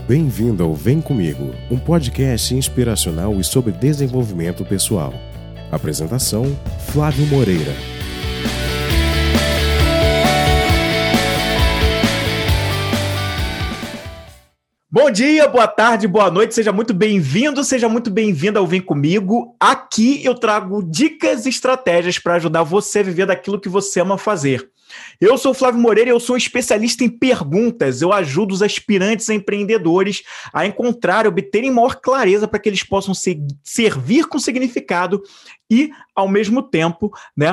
Bem-vindo ao Vem Comigo, um podcast inspiracional e sobre desenvolvimento pessoal. Apresentação, Flávio Moreira. Bom dia, boa tarde, boa noite, seja muito bem-vindo, seja muito bem-vinda ao Vem Comigo. Aqui eu trago dicas e estratégias para ajudar você a viver daquilo que você ama fazer. Eu sou o Flávio Moreira e eu sou um especialista em perguntas. Eu ajudo os aspirantes a empreendedores a encontrar e obterem maior clareza para que eles possam servir com significado e, ao mesmo tempo,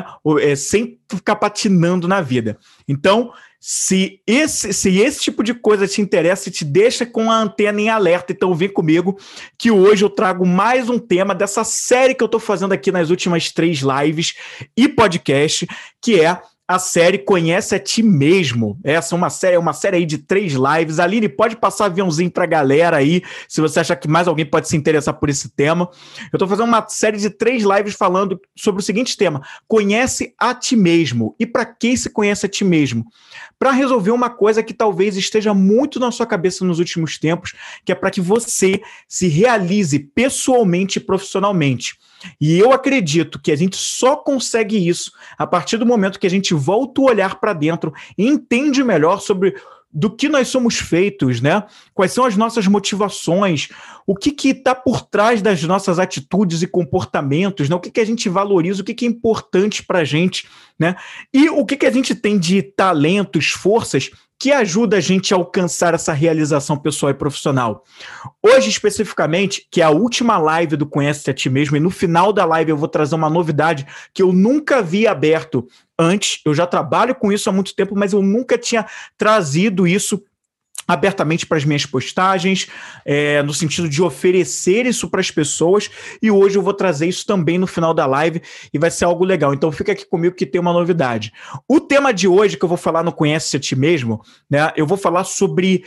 sem ficar patinando na vida. Então, se esse tipo de coisa te interessa e te deixa com a antena em alerta, então vem comigo que hoje eu trago mais um tema dessa série que eu estou fazendo aqui nas últimas 3 lives e podcast, que é a série Conhece a Ti Mesmo. Essa é uma série aí de 3 lives. Aline, pode passar aviãozinho pra galera aí, se você achar que mais alguém pode se interessar por esse tema. Eu tô fazendo uma série de 3 lives falando sobre o seguinte tema: Conhece a Ti Mesmo. E para que se conhece a Ti Mesmo? Para resolver uma coisa que talvez esteja muito na sua cabeça nos últimos tempos, que é para que você se realize pessoalmente e profissionalmente. E eu acredito que a gente só consegue isso a partir do momento que a gente volta o olhar para dentro e entende melhor sobre do que nós somos feitos, né? Quais são as nossas motivações, o que está por trás das nossas atitudes e comportamentos, né? O que a gente valoriza, o que é importante para a gente, né? E o que a gente tem de talentos, forças que ajuda a gente a alcançar essa realização pessoal e profissional. Hoje, especificamente, que é a última live do Conhece a Ti Mesmo, e no final da live eu vou trazer uma novidade que eu nunca vi aberto antes. Eu já trabalho com isso há muito tempo, mas eu nunca tinha trazido isso abertamente para as minhas postagens, no sentido de oferecer isso para as pessoas, e hoje eu vou trazer isso também no final da live, e vai ser algo legal. Então fica aqui comigo que tem uma novidade. O tema de hoje que eu vou falar no Conhece a Ti Mesmo, né, eu vou falar sobre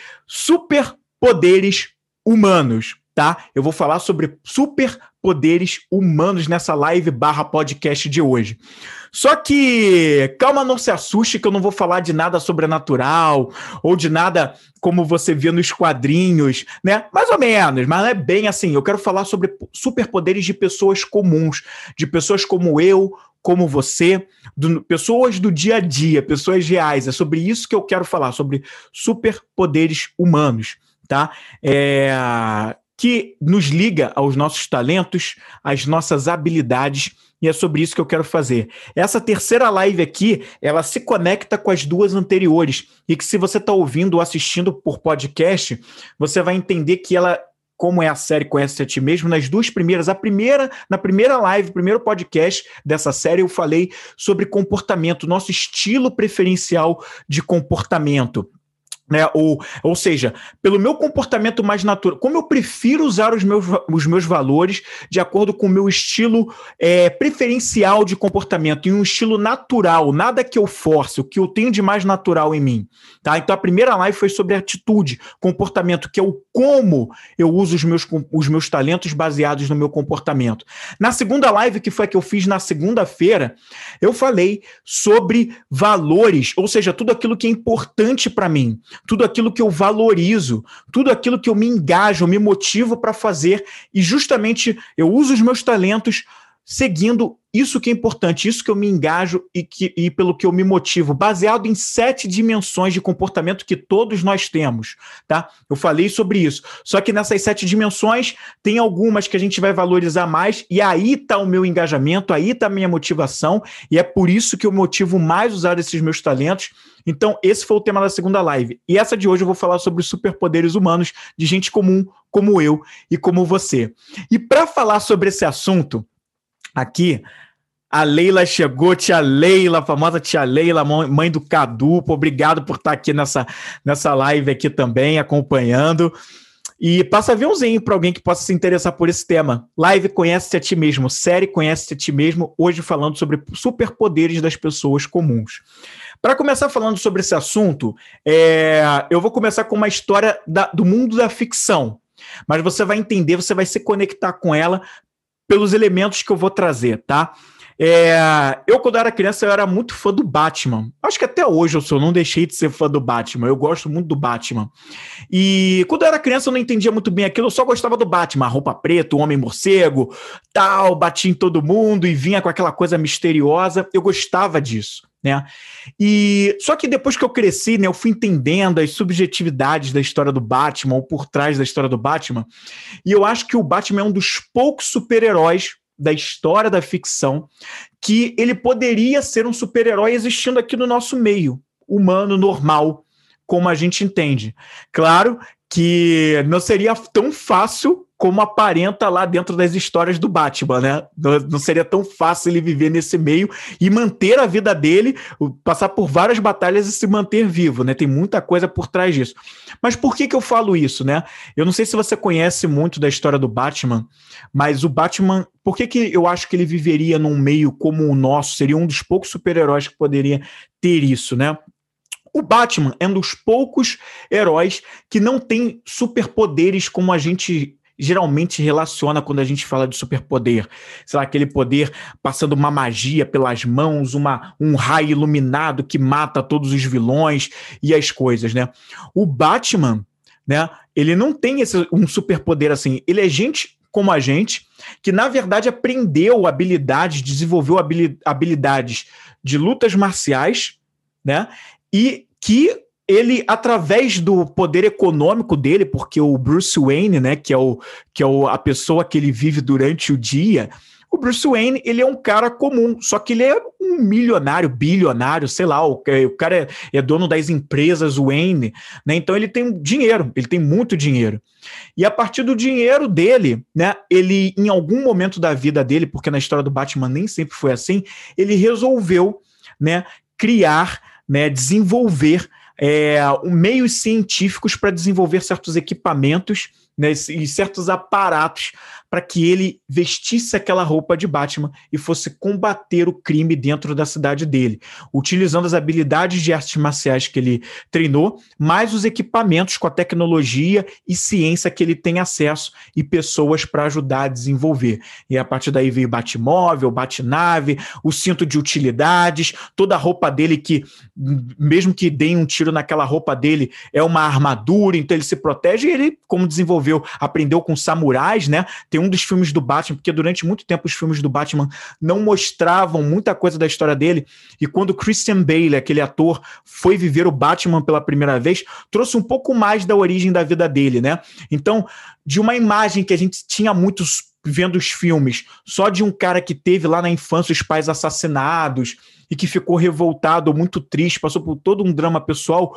superpoderes humanos, tá? Eu vou falar sobre superpoderes humanos nessa live / podcast de hoje. Só que, calma, não se assuste que eu não vou falar de nada sobrenatural ou de nada como você vê nos quadrinhos, né? Mais ou menos, mas não é bem assim. Eu quero falar sobre superpoderes de pessoas comuns, de pessoas como eu, como você, pessoas do dia a dia, pessoas reais. É sobre isso que eu quero falar, sobre superpoderes humanos, tá? Que nos liga aos nossos talentos, às nossas habilidades, e é sobre isso que eu quero fazer. Essa terceira live aqui, ela se conecta com as 2 anteriores, e que se você está ouvindo ou assistindo por podcast, você vai entender que ela, como é a série Conhece a Ti Mesmo, nas 2 primeiras, na primeira live, primeiro podcast dessa série, eu falei sobre comportamento, nosso estilo preferencial de comportamento. Ou seja, pelo meu comportamento mais natural, como eu prefiro usar os meus valores de acordo com o meu estilo preferencial de comportamento, em um estilo natural, nada que eu force, o que eu tenho de mais natural em mim, tá? Então a primeira live foi sobre atitude, comportamento, que é o como eu uso os meus talentos baseados no meu comportamento. Na segunda live, que foi a que eu fiz na segunda-feira, eu falei sobre valores, ou seja, tudo aquilo que é importante para mim, tudo aquilo que eu valorizo, tudo aquilo que eu me engajo, eu me motivo para fazer, e justamente eu uso os meus talentos seguindo isso que é importante, isso que eu me engajo e pelo que eu me motivo, baseado em 7 dimensões de comportamento que todos nós temos, tá? Eu falei sobre isso. Só que nessas 7 dimensões, tem algumas que a gente vai valorizar mais, e aí está o meu engajamento, aí está a minha motivação, e é por isso que eu motivo mais usar esses meus talentos. Então, esse foi o tema da segunda live. E essa de hoje eu vou falar sobre os superpoderes humanos de gente comum, como eu e como você. E para falar sobre esse assunto, aqui, a Leila chegou, tia Leila, a famosa tia Leila, mãe do Cadu. Obrigado por estar aqui nessa live aqui também, acompanhando. E passa aviãozinho para alguém que possa se interessar por esse tema. Live Conhece a Ti Mesmo, série Conhece a Ti Mesmo, hoje falando sobre superpoderes das pessoas comuns. Para começar falando sobre esse assunto, eu vou começar com uma história do mundo da ficção, mas você vai entender, você vai se conectar com ela pelos elementos que eu vou trazer, tá? Eu, quando era criança, eu era muito fã do Batman. Acho que até hoje eu sou, não deixei de ser fã do Batman. Eu gosto muito do Batman. E quando eu era criança, eu não entendia muito bem aquilo, eu só gostava do Batman, a roupa preta, o Homem-Morcego, tal, batia em todo mundo e vinha com aquela coisa misteriosa. Eu gostava disso, né? E só que depois que eu cresci, né, eu fui entendendo as subjetividades da história do Batman, ou por trás da história do Batman, e eu acho que o Batman é um dos poucos super-heróis da história da ficção que ele poderia ser um super-herói existindo aqui no nosso meio, humano, normal, como a gente entende. Claro que não seria tão fácil como aparenta lá dentro das histórias do Batman, né? Não seria tão fácil ele viver nesse meio e manter a vida dele, passar por várias batalhas e se manter vivo, né? Tem muita coisa por trás disso. Mas por que eu falo isso, né? Eu não sei se você conhece muito da história do Batman, mas o Batman, por que eu acho que ele viveria num meio como o nosso? Seria um dos poucos super-heróis que poderia ter isso, né? O Batman é um dos poucos heróis que não tem superpoderes como a gente geralmente relaciona quando a gente fala de superpoder. Sei lá, aquele poder passando uma magia pelas mãos, um raio iluminado que mata todos os vilões e as coisas, né? O Batman, né, ele não tem um superpoder assim. Ele é gente como a gente, que na verdade aprendeu habilidades, desenvolveu habilidades de lutas marciais, né? E que ele, através do poder econômico dele, porque o Bruce Wayne, né, que é a pessoa que ele vive durante o dia, o Bruce Wayne, ele é um cara comum, só que ele é um milionário, bilionário, sei lá, o cara é dono das empresas Wayne, né, então ele tem dinheiro, ele tem muito dinheiro. E a partir do dinheiro dele, né, ele, em algum momento da vida dele, porque na história do Batman nem sempre foi assim, ele resolveu, né, criar, né, desenvolver meios científicos para desenvolver certos equipamentos, né, e certos aparatos para que ele vestisse aquela roupa de Batman e fosse combater o crime dentro da cidade dele, utilizando as habilidades de artes marciais que ele treinou, mais os equipamentos com a tecnologia e ciência que ele tem acesso e pessoas para ajudar a desenvolver. E a partir daí veio Batmóvel, Batnave, o cinto de utilidades, toda a roupa dele que, mesmo que deem um tiro naquela roupa dele, é uma armadura, então ele se protege e ele, como desenvolveu, aprendeu com samurais, né? Tem um dos filmes do Batman, porque durante muito tempo os filmes do Batman não mostravam muita coisa da história dele, e quando Christian Bale, aquele ator, foi viver o Batman pela primeira vez, trouxe um pouco mais da origem da vida dele, né? Então, de uma imagem que a gente tinha muitos vendo os filmes, só de um cara que teve lá na infância os pais assassinados e que ficou revoltado, muito triste, passou por todo um drama pessoal,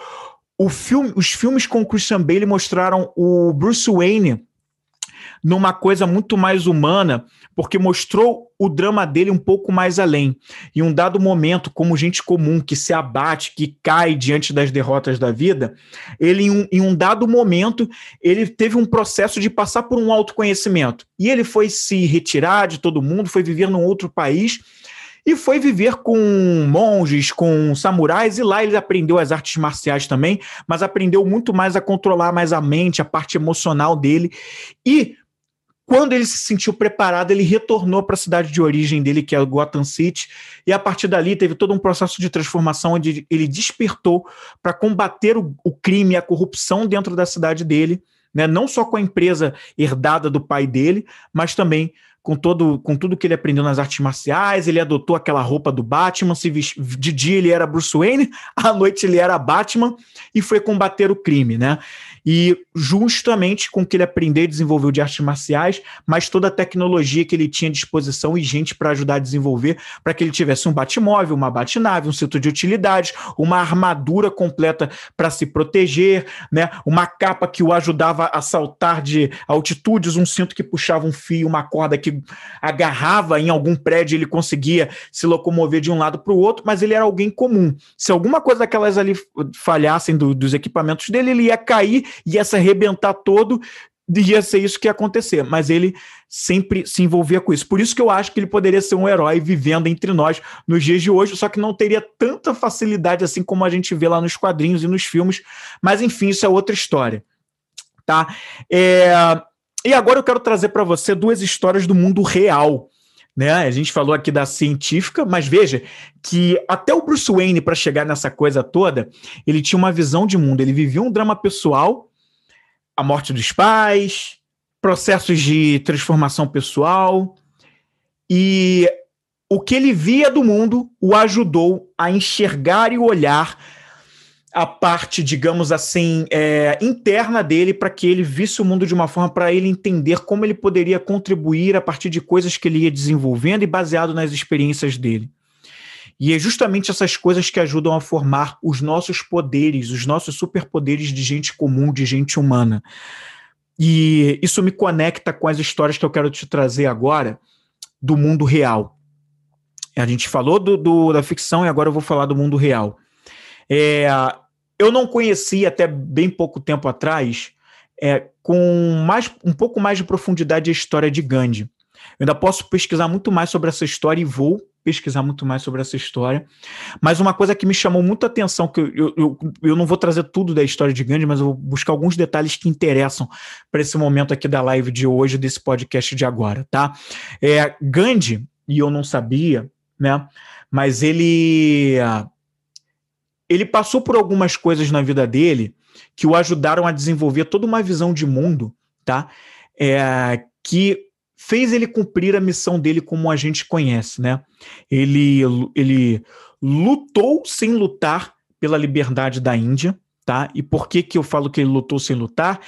os filmes com o Christian Bale mostraram o Bruce Wayne numa coisa muito mais humana, porque mostrou o drama dele um pouco mais além. Em um dado momento, como gente comum que se abate, que cai diante das derrotas da vida, ele, em um dado momento, ele teve um processo de passar por um autoconhecimento. E ele foi se retirar de todo mundo, foi viver num outro país, e foi viver com monges, com samurais, e lá ele aprendeu as artes marciais também, mas aprendeu muito mais a controlar mais a mente, a parte emocional dele. E quando ele se sentiu preparado, ele retornou para a cidade de origem dele, que é o Gotham City, e a partir dali teve todo um processo de transformação onde ele despertou para combater o crime e a corrupção dentro da cidade dele, né? Não só com a empresa herdada do pai dele, mas também com tudo que ele aprendeu nas artes marciais. Ele adotou aquela roupa do Batman, de dia ele era Bruce Wayne, à noite ele era Batman, e foi combater o crime, né? E justamente com o que ele aprendeu e desenvolveu de artes marciais, mas toda a tecnologia que ele tinha à disposição e gente para ajudar a desenvolver, para que ele tivesse um Batmóvel, uma Batnave, um cinto de utilidades, uma armadura completa para se proteger, né? Uma capa que o ajudava a saltar de altitudes, um cinto que puxava um fio, uma corda que agarrava em algum prédio, ele conseguia se locomover de um lado para o outro, mas ele era alguém comum. Se alguma coisa daquelas ali falhassem dos equipamentos dele, ele ia cair, ia se arrebentar todo, ia ser isso que ia acontecer, mas ele sempre se envolvia com isso. Por isso que eu acho que ele poderia ser um herói vivendo entre nós nos dias de hoje, só que não teria tanta facilidade assim como a gente vê lá nos quadrinhos e nos filmes, mas enfim, isso é outra história, tá? E agora eu quero trazer para você duas histórias do mundo real, né? A gente falou aqui da científica, mas veja que até o Bruce Wayne, para chegar nessa coisa toda, ele tinha uma visão de mundo, ele vivia um drama pessoal, a morte dos pais, processos de transformação pessoal, e o que ele via do mundo o ajudou a enxergar e olhar a parte, digamos assim, interna dele, para que ele visse o mundo de uma forma, para ele entender como ele poderia contribuir a partir de coisas que ele ia desenvolvendo e baseado nas experiências dele. E é justamente essas coisas que ajudam a formar os nossos poderes, os nossos superpoderes de gente comum, de gente humana. E isso me conecta com as histórias que eu quero te trazer agora do mundo real. A gente falou da ficção e agora eu vou falar do mundo real. Eu não conhecia até bem pouco tempo atrás, com um pouco mais de profundidade, a história de Gandhi. Eu ainda posso pesquisar muito mais sobre essa história e vou pesquisar muito mais sobre essa história. Mas uma coisa que me chamou muito a atenção, que eu não vou trazer tudo da história de Gandhi, mas eu vou buscar alguns detalhes que interessam para esse momento aqui da live de hoje, desse podcast de agora, tá? Gandhi, e eu não sabia, né? Mas ele passou por algumas coisas na vida dele que o ajudaram a desenvolver toda uma visão de mundo, tá? Que fez ele cumprir a missão dele como a gente conhece, né? Ele lutou sem lutar pela liberdade da Índia, tá? E por que eu falo que ele lutou sem lutar?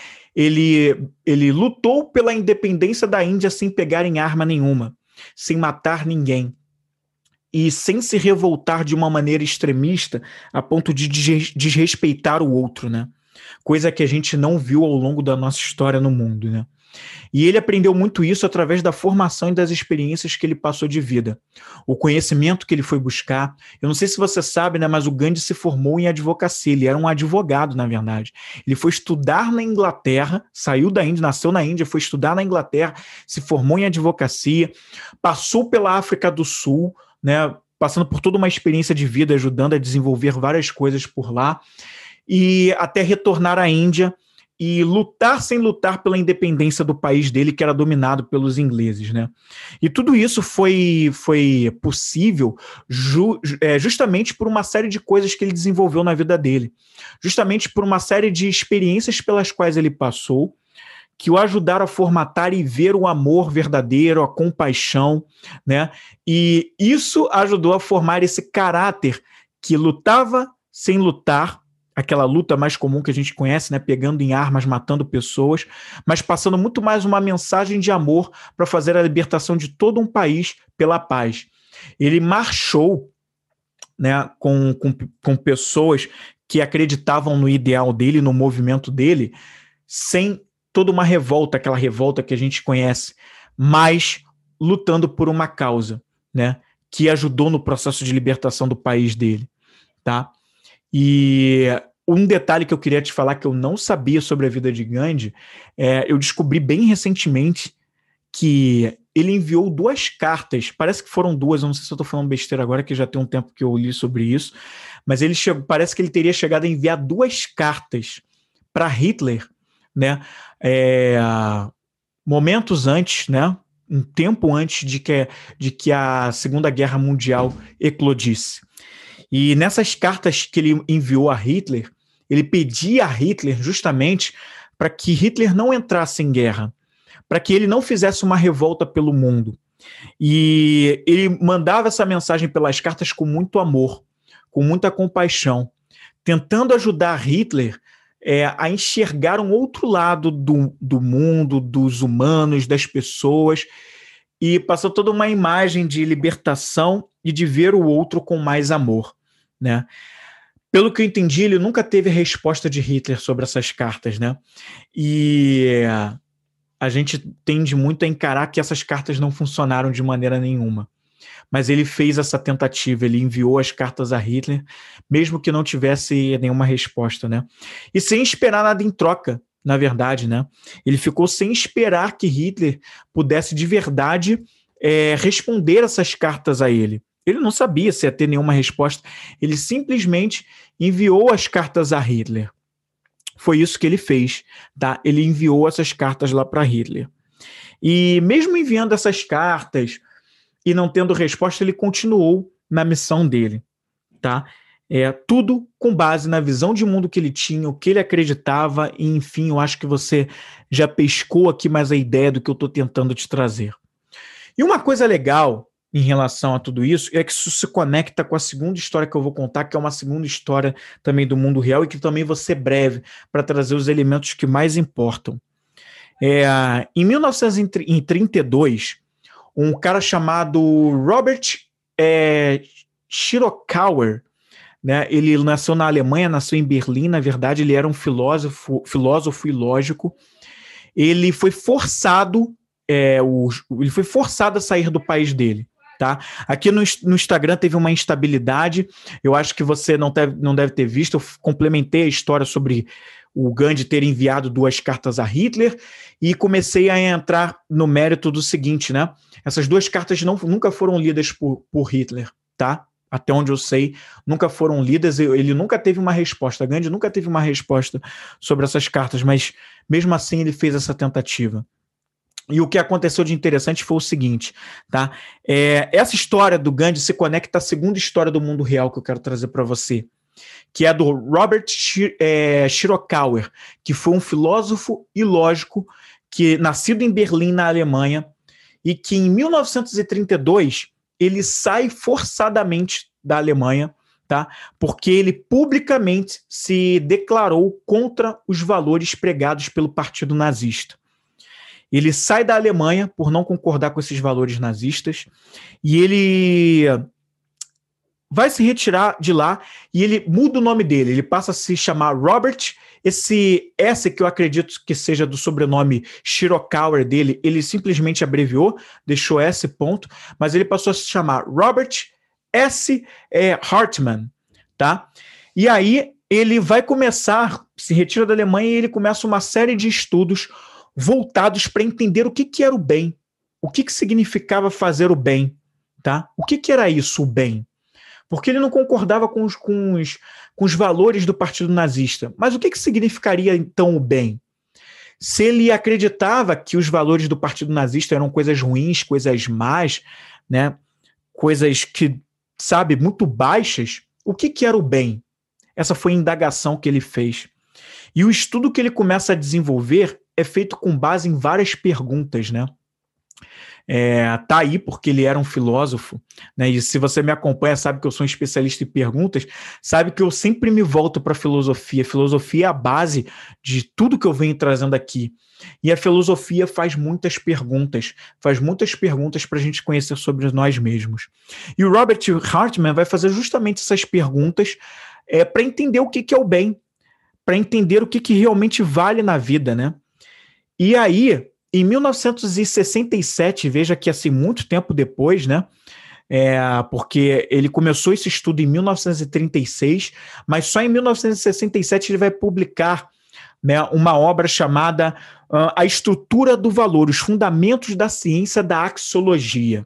Ele lutou pela independência da Índia sem pegar em arma nenhuma, sem matar ninguém, e sem se revoltar de uma maneira extremista a ponto de desrespeitar o outro, né? Coisa que a gente não viu ao longo da nossa história no mundo, né? E ele aprendeu muito isso através da formação e das experiências que ele passou de vida. O conhecimento que ele foi buscar. Eu não sei se você sabe, né, mas o Gandhi se formou em advocacia. Ele era um advogado, na verdade. Ele foi estudar na Inglaterra, saiu da Índia, nasceu na Índia, foi estudar na Inglaterra, se formou em advocacia, passou pela África do Sul, né, passando por toda uma experiência de vida, ajudando a desenvolver várias coisas por lá, e até retornar à Índia e lutar sem lutar pela independência do país dele, que era dominado pelos ingleses, né? E tudo isso foi possível justamente por uma série de coisas que ele desenvolveu na vida dele, justamente por uma série de experiências pelas quais ele passou, que o ajudaram a formatar e ver o amor verdadeiro, a compaixão, né? E isso ajudou a formar esse caráter que lutava sem lutar, aquela luta mais comum que a gente conhece, né? Pegando em armas, matando pessoas, mas passando muito mais uma mensagem de amor para fazer a libertação de todo um país pela paz. Ele marchou, né, com pessoas que acreditavam no ideal dele, no movimento dele, sem toda uma revolta, aquela revolta que a gente conhece, mas lutando por uma causa, né, que ajudou no processo de libertação do país dele, tá? E um detalhe que eu queria te falar que eu não sabia sobre a vida de Gandhi, eu descobri bem recentemente que ele enviou 2 cartas, parece que foram 2, eu não sei se eu estou falando besteira agora, que já tem um tempo que eu li sobre isso, mas parece que ele teria chegado a enviar 2 cartas para Hitler, né, momentos antes, né, um tempo antes de que a Segunda Guerra Mundial eclodisse. E nessas cartas que ele enviou a Hitler, ele pedia a Hitler justamente para que Hitler não entrasse em guerra, para que ele não fizesse uma revolta pelo mundo. E ele mandava essa mensagem pelas cartas com muito amor, com muita compaixão, tentando ajudar Hitler a enxergar um outro lado do mundo, dos humanos, das pessoas, e passou toda uma imagem de libertação e de ver o outro com mais amor, né? Pelo que eu entendi, ele nunca teve a resposta de Hitler sobre essas cartas, né? E a gente tende muito a encarar que essas cartas não funcionaram de maneira nenhuma. Mas ele fez essa tentativa, ele enviou as cartas a Hitler, mesmo que não tivesse nenhuma resposta, né? E sem esperar nada em troca, na verdade, né? Ele ficou sem esperar que Hitler pudesse de verdade responder essas cartas a ele. Ele não sabia se ia ter nenhuma resposta, ele simplesmente enviou as cartas a Hitler. Foi isso que ele fez, tá? Ele enviou essas cartas lá para Hitler. E mesmo enviando essas cartas, e não tendo resposta, ele continuou na missão dele, tá? Tudo com base na visão de mundo que ele tinha, o que ele acreditava, e enfim, eu acho que você já pescou aqui mais a ideia do que eu estou tentando te trazer. E uma coisa legal em relação a tudo isso é que isso se conecta com a segunda história que eu vou contar, que é uma segunda história também do mundo real e que também vou ser breve para trazer os elementos que mais importam. Em 1932, um cara chamado Robert Schirokauer, né, ele nasceu na Alemanha, nasceu em Berlim, na verdade ele era um filósofo e lógico. Ele foi forçado a sair do país dele. Tá? Aqui no Instagram teve uma instabilidade, eu acho que você não deve ter visto, eu complementei a história sobre o Gandhi ter enviado 2 cartas a Hitler e comecei a entrar no mérito do seguinte, né? Essas 2 cartas nunca foram lidas por Hitler, tá? Até onde eu sei, nunca foram lidas, ele nunca teve uma resposta, Gandhi nunca teve uma resposta sobre essas cartas, mas mesmo assim ele fez essa tentativa. E o que aconteceu de interessante foi o seguinte, tá? Essa história do Gandhi se conecta à segunda história do mundo real que eu quero trazer para você, que é do Robert Schirokauer, que foi um filósofo e lógico que nascido em Berlim, na Alemanha, e que em 1932 ele sai forçadamente da Alemanha, tá? Porque ele publicamente se declarou contra os valores pregados pelo Partido Nazista. Ele sai da Alemanha por não concordar com esses valores nazistas e ele vai se retirar de lá e ele muda o nome dele. Ele passa a se chamar Robert. Esse S, que eu acredito que seja do sobrenome Schirokauer dele, ele simplesmente abreviou, deixou S ponto, mas ele passou a se chamar Robert S. Hartmann, tá? E aí ele vai começar, se retira da Alemanha e ele começa uma série de estudos voltados para entender o que era o bem, o que significava fazer o bem, tá? O que era isso, o bem? Porque ele não concordava com os valores do Partido Nazista. Mas o que significaria, então, o bem? Se ele acreditava que os valores do Partido Nazista eram coisas ruins, coisas más, né? Coisas que, sabe, muito baixas, o que era o bem? Essa foi a indagação que ele fez. E o estudo que ele começa a desenvolver é feito com base em várias perguntas, né? Tá aí porque ele era um filósofo, né? E se você me acompanha, sabe que eu sou um especialista em perguntas, sabe que eu sempre me volto para a filosofia. A filosofia é a base de tudo que eu venho trazendo aqui. E a filosofia faz muitas perguntas para a gente conhecer sobre nós mesmos. E o Robert Hartmann vai fazer justamente essas perguntas para entender o que é o bem, para entender o que realmente vale na vida, né? E aí, em 1967, veja que assim, muito tempo depois, né? Porque ele começou esse estudo em 1936, mas só em 1967 ele vai publicar, né, uma obra chamada A Estrutura do Valor, os Fundamentos da Ciência da Axiologia.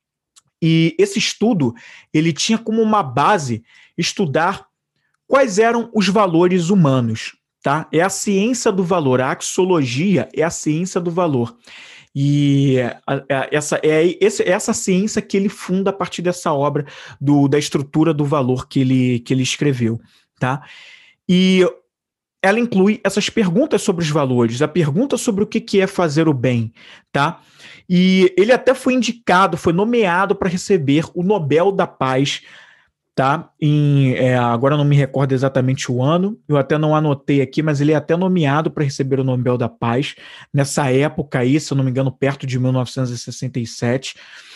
E esse estudo, ele tinha como uma base estudar quais eram os valores humanos. Tá? É a ciência do valor, a axiologia é a ciência do valor. E essa ciência que ele funda a partir dessa obra da estrutura do valor que ele escreveu. Tá? E ela inclui essas perguntas sobre os valores, a pergunta sobre o que é fazer o bem. Tá? E ele até foi nomeado para receber o Nobel da Paz. Tá? Agora eu não me recordo exatamente o ano, eu até não anotei aqui, mas ele é até nomeado para receber o Nobel da Paz, nessa época aí, se eu não me engano, perto de 1967.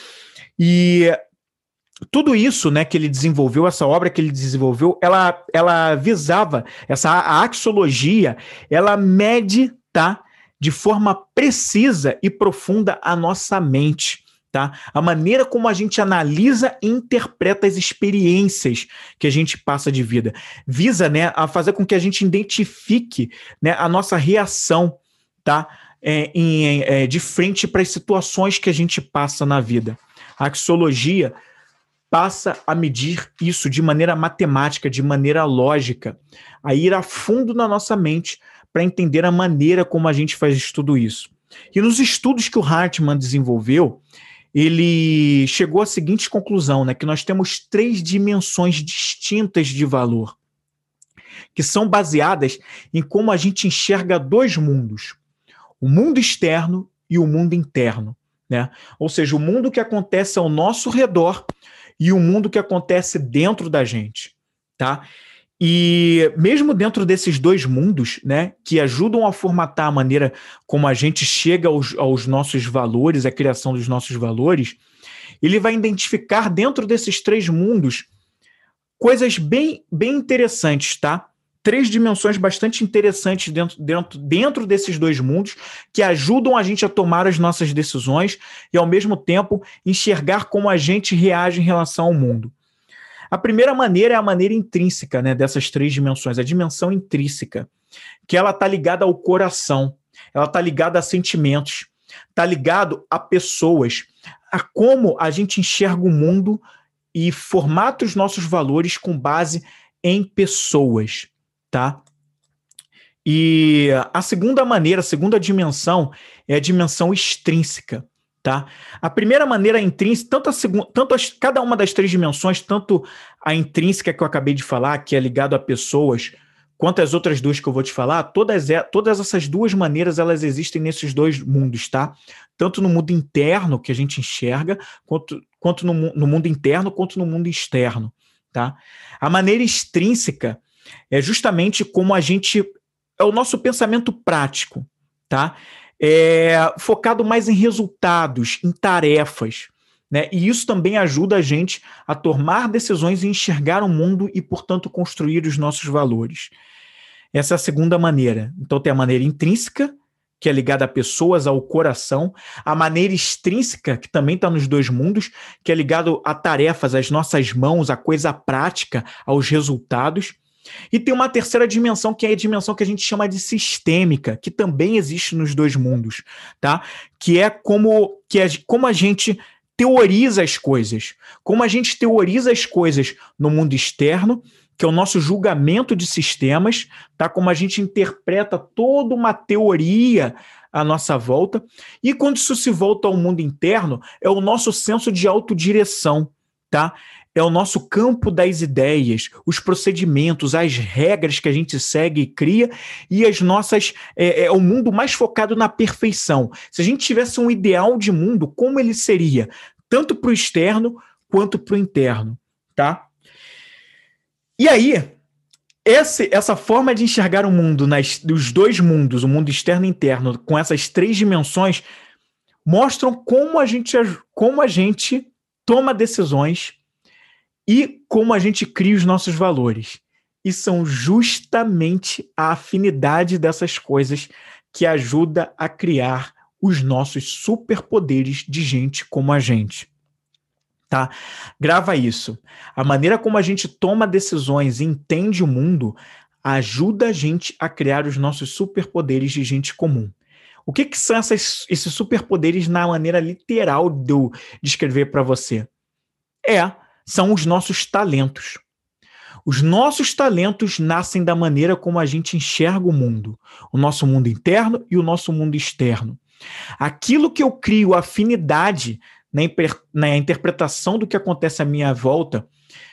E tudo isso, né, que ele desenvolveu, essa obra que ele desenvolveu, ela visava, a axiologia, ela mede, tá, de forma precisa e profunda a nossa mente. Tá? A maneira como a gente analisa e interpreta as experiências que a gente passa de vida. Visa, né, a fazer com que a gente identifique, né, a nossa reação, tá? De frente para as situações que a gente passa na vida. A axiologia passa a medir isso de maneira matemática, de maneira lógica, a ir a fundo na nossa mente para entender a maneira como a gente faz tudo isso. E nos estudos que o Hartmann desenvolveu, ele chegou à seguinte conclusão, né, que nós temos 3 dimensões distintas de valor, que são baseadas em como a gente enxerga 2 mundos, o mundo externo e o mundo interno, né? Ou seja, o mundo que acontece ao nosso redor e o mundo que acontece dentro da gente, tá? E mesmo dentro desses 2 mundos, né, que ajudam a formatar a maneira como a gente chega aos nossos valores, a criação dos nossos valores, ele vai identificar dentro desses 3 mundos coisas bem interessantes, tá? 3 dimensões bastante interessantes dentro desses 2 mundos que ajudam a gente a tomar as nossas decisões e, ao mesmo tempo, enxergar como a gente reage em relação ao mundo. A primeira maneira é a maneira intrínseca, né, dessas 3 dimensões, a dimensão intrínseca, que ela está ligada ao coração, ela está ligada a sentimentos, está ligado a pessoas, a como a gente enxerga o mundo e formata os nossos valores com base em pessoas, tá? E a segunda maneira, a segunda dimensão é a dimensão extrínseca, tá? A primeira maneira intrínseca, cada uma das 3 dimensões, tanto a intrínseca que eu acabei de falar, que é ligado a pessoas, quanto as outras 2 que eu vou te falar, todas essas 2 maneiras, elas existem nesses 2 mundos, tá? Tanto no mundo interno, que a gente enxerga, quanto no mundo interno, quanto no mundo externo, tá? A maneira extrínseca é justamente como a gente... é o nosso pensamento prático, tá? Focado mais em resultados, em tarefas, né? E isso também ajuda a gente a tomar decisões e enxergar o mundo e, portanto, construir os nossos valores. Essa é a segunda maneira. Então tem a maneira intrínseca, que é ligada a pessoas, ao coração, a maneira extrínseca, que também está nos 2 mundos, que é ligado a tarefas, às nossas mãos, à coisa prática, aos resultados. E tem uma terceira dimensão, que é a dimensão que a gente chama de sistêmica, que também existe nos 2 mundos, tá? Que é como a gente teoriza as coisas. Como a gente teoriza as coisas no mundo externo, que é o nosso julgamento de sistemas, tá? Como a gente interpreta toda uma teoria à nossa volta. E quando isso se volta ao mundo interno, é o nosso senso de autodireção, tá? É o nosso campo das ideias, os procedimentos, as regras que a gente segue e cria e as nossas... É o mundo mais focado na perfeição. Se a gente tivesse um ideal de mundo, como ele seria? Tanto para o externo quanto para o interno, tá? E aí, essa forma de enxergar o mundo dos 2 mundos, o mundo externo e interno, com essas 3 dimensões, mostram como a gente toma decisões e como a gente cria os nossos valores. E são justamente a afinidade dessas coisas que ajuda a criar os nossos superpoderes de gente como a gente. Tá? Grava isso. A maneira como a gente toma decisões e entende o mundo ajuda a gente a criar os nossos superpoderes de gente comum. O que são esses superpoderes na maneira literal de eu descrever para você? São os nossos talentos. Os nossos talentos nascem da maneira como a gente enxerga o mundo mundo interno e o nosso mundo externo. Aquilo que eu crio afinidade na interpretação do que acontece à minha volta,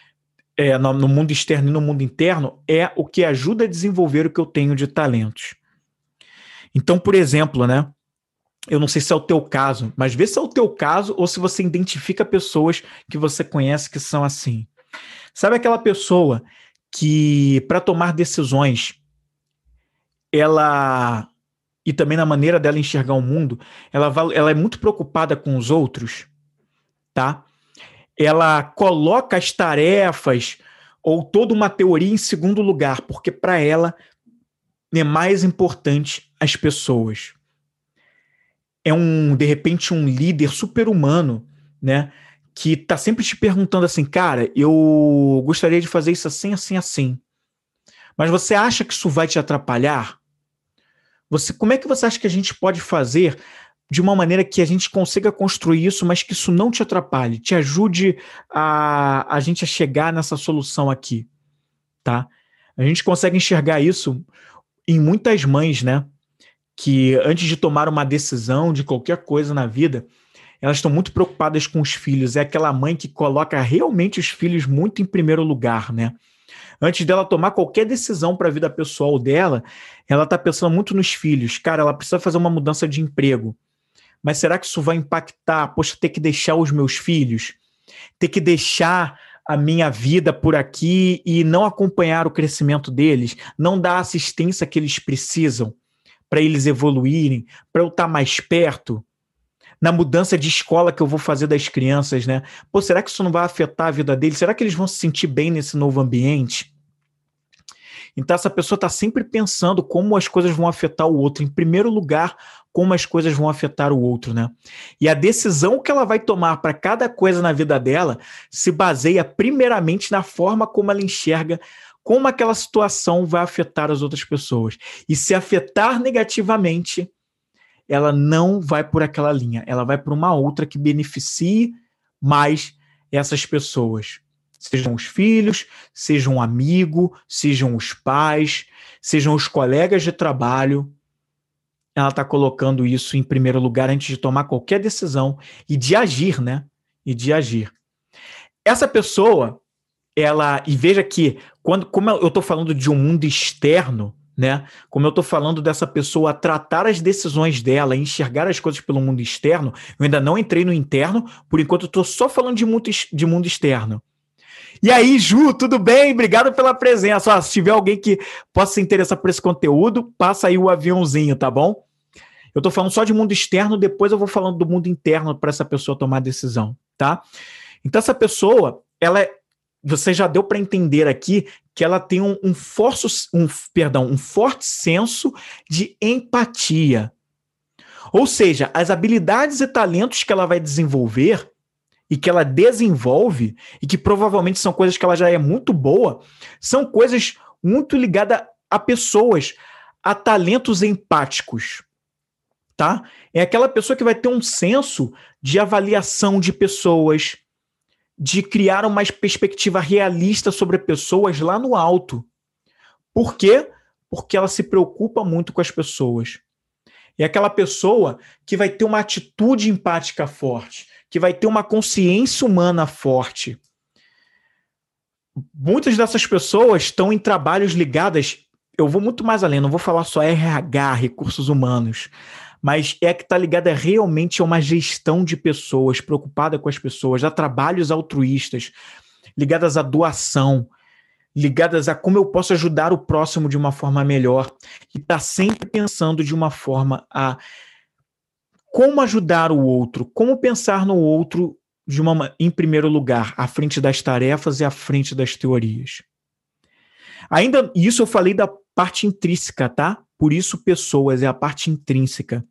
no mundo externo e no mundo interno, é o que ajuda a desenvolver o que eu tenho de talentos. Então, por exemplo, né? Eu não sei se é o teu caso, mas vê se é o teu caso ou se você identifica pessoas que você conhece que são assim. Sabe aquela pessoa que, para tomar decisões, e também na maneira dela enxergar o mundo, ela é muito preocupada com os outros, tá? Ela coloca as tarefas ou toda uma teoria em segundo lugar, porque para ela é mais importante as pessoas. De repente, um líder super-humano, né? Que tá sempre te perguntando assim, cara, eu gostaria de fazer isso assim, assim, assim. Mas você acha que isso vai te atrapalhar? Como é que você acha que a gente pode fazer de uma maneira que a gente consiga construir isso, mas que isso não te atrapalhe, te ajude a gente a chegar nessa solução aqui, tá? A gente consegue enxergar isso em muitas mães, né? Que antes de tomar uma decisão de qualquer coisa na vida, elas estão muito preocupadas com os filhos. É aquela mãe que coloca realmente os filhos muito em primeiro lugar, né? Antes dela tomar qualquer decisão para a vida pessoal dela, ela está pensando muito nos filhos. Cara, ela precisa fazer uma mudança de emprego. Mas será que isso vai impactar? Poxa, ter que deixar os meus filhos? Ter que deixar a minha vida por aqui e não acompanhar o crescimento deles? Não dar a assistência que eles precisam para eles evoluírem? Para eu estar mais perto? Na mudança de escola que eu vou fazer das crianças, né? Pô, será que isso não vai afetar a vida deles? Será que eles vão se sentir bem nesse novo ambiente? Então, essa pessoa está sempre pensando como as coisas vão afetar o outro. Em primeiro lugar, como as coisas vão afetar o outro, né? E a decisão que ela vai tomar para cada coisa na vida dela se baseia primeiramente na forma como ela enxerga como aquela situação vai afetar as outras pessoas. E se afetar negativamente, ela não vai por aquela linha, ela vai por uma outra que beneficie mais essas pessoas. Sejam os filhos, sejam um amigo, sejam os pais, sejam os colegas de trabalho. Ela está colocando isso em primeiro lugar antes de tomar qualquer decisão e de agir, né? E de agir. Essa pessoa, e veja que, como eu estou falando de um mundo externo, né? Como eu estou falando dessa pessoa tratar as decisões dela, enxergar as coisas pelo mundo externo, eu ainda não entrei no interno, por enquanto eu estou só falando de mundo externo. E aí, Ju, tudo bem? Obrigado pela presença. Ó, se tiver alguém que possa se interessar por esse conteúdo, passa aí o aviãozinho, tá bom? Eu estou falando só de mundo externo, depois eu vou falando do mundo interno para essa pessoa tomar a decisão, tá? Então, essa pessoa, você já deu para entender aqui que ela tem um forte senso de empatia. Ou seja, as habilidades e talentos que ela vai desenvolver e que ela desenvolve, e que provavelmente são coisas que ela já é muito boa, são coisas muito ligadas a pessoas, a talentos empáticos, tá? É aquela pessoa que vai ter um senso de avaliação de pessoas, de criar uma perspectiva realista sobre pessoas lá no alto. Por quê? Porque ela se preocupa muito com as pessoas. É aquela pessoa que vai ter uma atitude empática forte, que vai ter uma consciência humana forte. Muitas dessas pessoas estão em trabalhos ligados, eu vou muito mais além, não vou falar só RH, recursos humanos, mas é que está ligada realmente a uma gestão de pessoas, preocupada com as pessoas, a trabalhos altruístas, ligadas à doação, ligadas a como eu posso ajudar o próximo de uma forma melhor, e está sempre pensando de uma forma a como ajudar o outro, como pensar no outro em primeiro lugar, à frente das tarefas e à frente das teorias. Ainda isso eu falei da parte intrínseca, tá? Por isso pessoas é a parte intrínseca.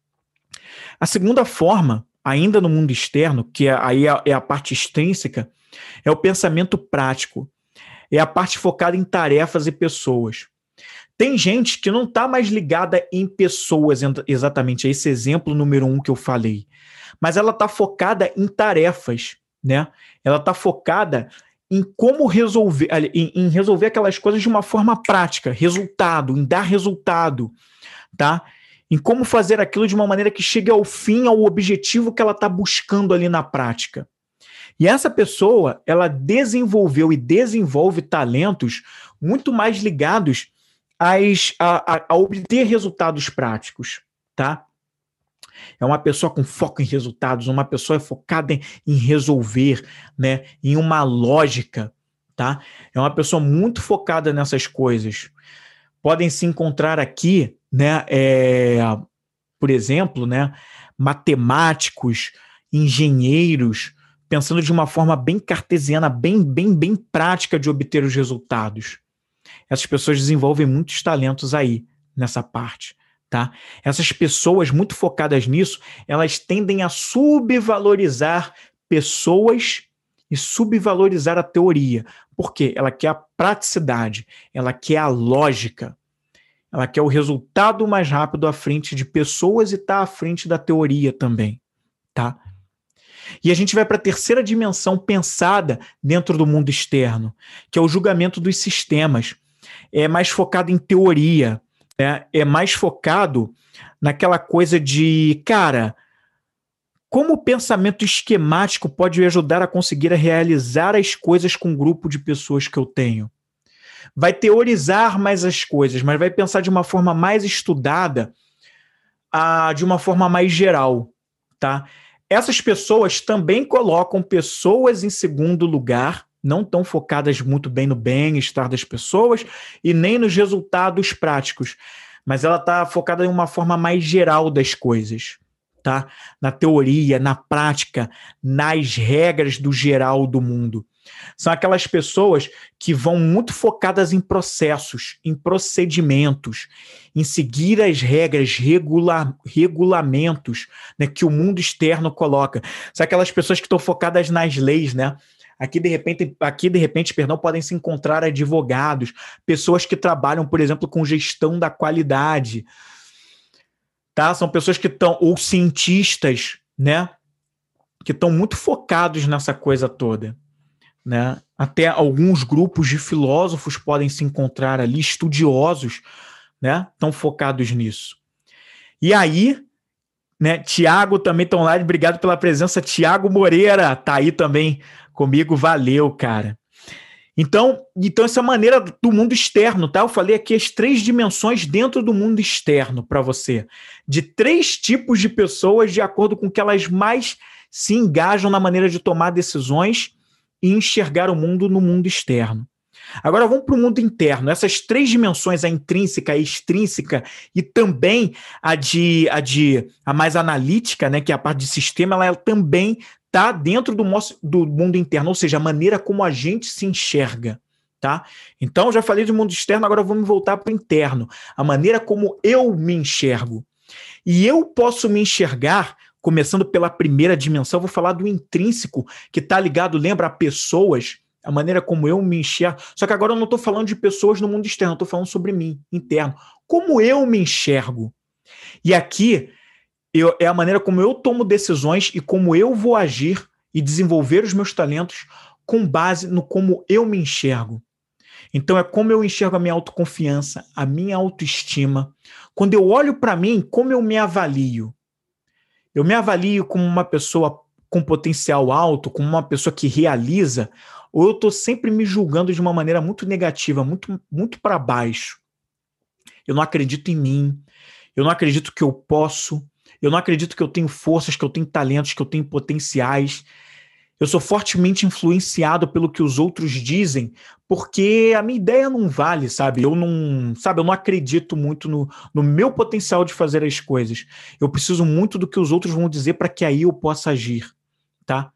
A segunda forma, ainda no mundo externo, que aí é a parte extrínseca, é o pensamento prático. É a parte focada em tarefas e pessoas. Tem gente que não está mais ligada em pessoas, exatamente, é esse exemplo número 1 que eu falei. Mas ela está focada em tarefas, né? Ela está focada em como resolver, em resolver aquelas coisas de uma forma prática, resultado, em dar resultado, tá? Em como fazer aquilo de uma maneira que chegue ao fim, ao objetivo que ela está buscando ali na prática. E essa pessoa, ela desenvolveu e desenvolve talentos muito mais ligados a obter resultados práticos, tá? É uma pessoa com foco em resultados, uma pessoa focada em resolver, né? Em uma lógica, tá? É uma pessoa muito focada nessas coisas. Podem se encontrar aqui, né? Por exemplo, né? Matemáticos, engenheiros, pensando de uma forma bem cartesiana, bem prática de obter os resultados. Essas pessoas desenvolvem muitos talentos aí, nessa parte, tá? Essas pessoas muito focadas nisso, elas tendem a subvalorizar pessoas e subvalorizar a teoria. Por quê? Ela quer a praticidade, ela quer a lógica, ela quer o resultado mais rápido à frente de pessoas e tá à frente da teoria também, tá? E a gente vai para a terceira dimensão pensada dentro do mundo externo, que é o julgamento dos sistemas. É mais focado em teoria, né? É mais focado naquela coisa de, cara, como o pensamento esquemático pode me ajudar a conseguir realizar as coisas com o grupo de pessoas que eu tenho? Vai teorizar mais as coisas, mas vai pensar de uma forma mais estudada, de uma forma mais geral, tá? Essas pessoas também colocam pessoas em segundo lugar, não estão focadas muito bem no bem-estar das pessoas e nem nos resultados práticos, mas ela está focada em uma forma mais geral das coisas, tá? Na teoria, na prática, nas regras do geral do mundo. São aquelas pessoas que vão muito focadas em processos, em procedimentos, em seguir as regras, regulamentos, né, que o mundo externo coloca. São aquelas pessoas que estão focadas nas leis, né? Aqui, de repente, podem se encontrar advogados, pessoas que trabalham, por exemplo, com gestão da qualidade, tá? São pessoas que estão, ou cientistas, né? Que estão muito focados nessa coisa toda, né? Até alguns grupos de filósofos podem se encontrar ali, estudiosos, né? Estão focados nisso. E aí, né? Tiago também está online, obrigado pela presença. Tiago Moreira está aí também comigo, valeu, cara. Então essa maneira do mundo externo, tá? Eu falei aqui as 3 dimensões dentro do mundo externo para você, de 3 tipos de pessoas de acordo com que elas mais se engajam na maneira de tomar decisões e enxergar o mundo no mundo externo. Agora vamos para o mundo interno. Essas 3 dimensões, a intrínseca, a extrínseca e também a mais analítica, né, que é a parte de sistema, ela também está dentro do mundo interno, ou seja, a maneira como a gente se enxerga. Tá? Então, já falei do mundo externo, agora vamos voltar para o interno. A maneira como eu me enxergo. E eu posso me enxergar, começando pela primeira dimensão, vou falar do intrínseco, que está ligado, lembra, a pessoas, a maneira como eu me enxergo. Só que agora eu não estou falando de pessoas no mundo externo, eu estou falando sobre mim, interno. Como eu me enxergo. E aqui é a maneira como eu tomo decisões e como eu vou agir e desenvolver os meus talentos com base no como eu me enxergo. Então é como eu enxergo a minha autoconfiança, a minha autoestima. Quando eu olho para mim, como eu me avalio? Eu me avalio como uma pessoa com potencial alto, como uma pessoa que realiza, ou eu estou sempre me julgando de uma maneira muito negativa, muito, muito para baixo? Eu não acredito em mim, eu não acredito que eu posso, eu não acredito que eu tenho forças, que eu tenho talentos, que eu tenho potenciais. Eu sou fortemente influenciado pelo que os outros dizem, porque a minha ideia não vale, sabe? Eu não acredito muito no meu potencial de fazer as coisas. Eu preciso muito do que os outros vão dizer para que aí eu possa agir, tá?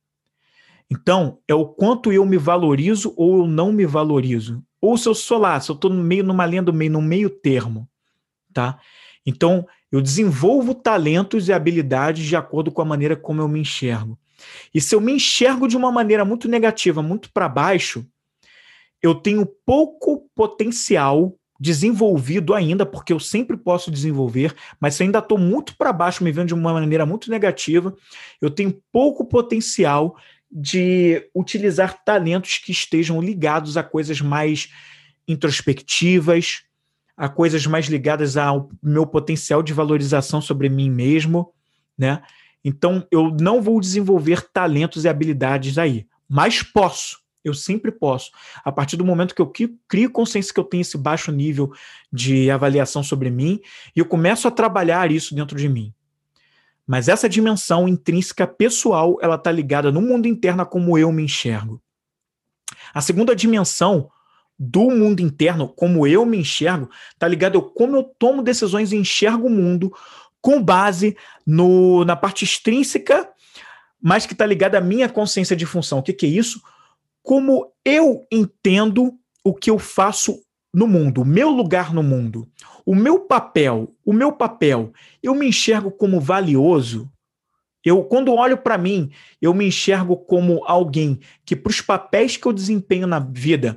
Então, é o quanto eu me valorizo ou eu não me valorizo. Ou se eu sou lá, se eu estou numa linha do meio, no meio termo, tá? Então, eu desenvolvo talentos e habilidades de acordo com a maneira como eu me enxergo. E se eu me enxergo de uma maneira muito negativa, muito para baixo, eu tenho pouco potencial desenvolvido ainda, porque eu sempre posso desenvolver, mas se eu ainda estou muito para baixo, me vendo de uma maneira muito negativa, eu tenho pouco potencial de utilizar talentos que estejam ligados a coisas mais introspectivas, a coisas mais ligadas ao meu potencial de valorização sobre mim mesmo, né? Então, eu não vou desenvolver talentos e habilidades aí, mas posso, eu sempre posso. A partir do momento que eu crio consciência que eu tenho esse baixo nível de avaliação sobre mim, e eu começo a trabalhar isso dentro de mim. Mas essa dimensão intrínseca pessoal, ela está ligada no mundo interno a como eu me enxergo. A segunda dimensão do mundo interno, como eu me enxergo, está ligado a como eu tomo decisões e enxergo o mundo com base na parte extrínseca, mas que está ligada à minha consciência de função. O que é isso? Como eu entendo o que eu faço no mundo, o meu lugar no mundo, o meu papel, eu me enxergo como valioso. Quando olho para mim, eu me enxergo como alguém que, para os papéis que eu desempenho na vida,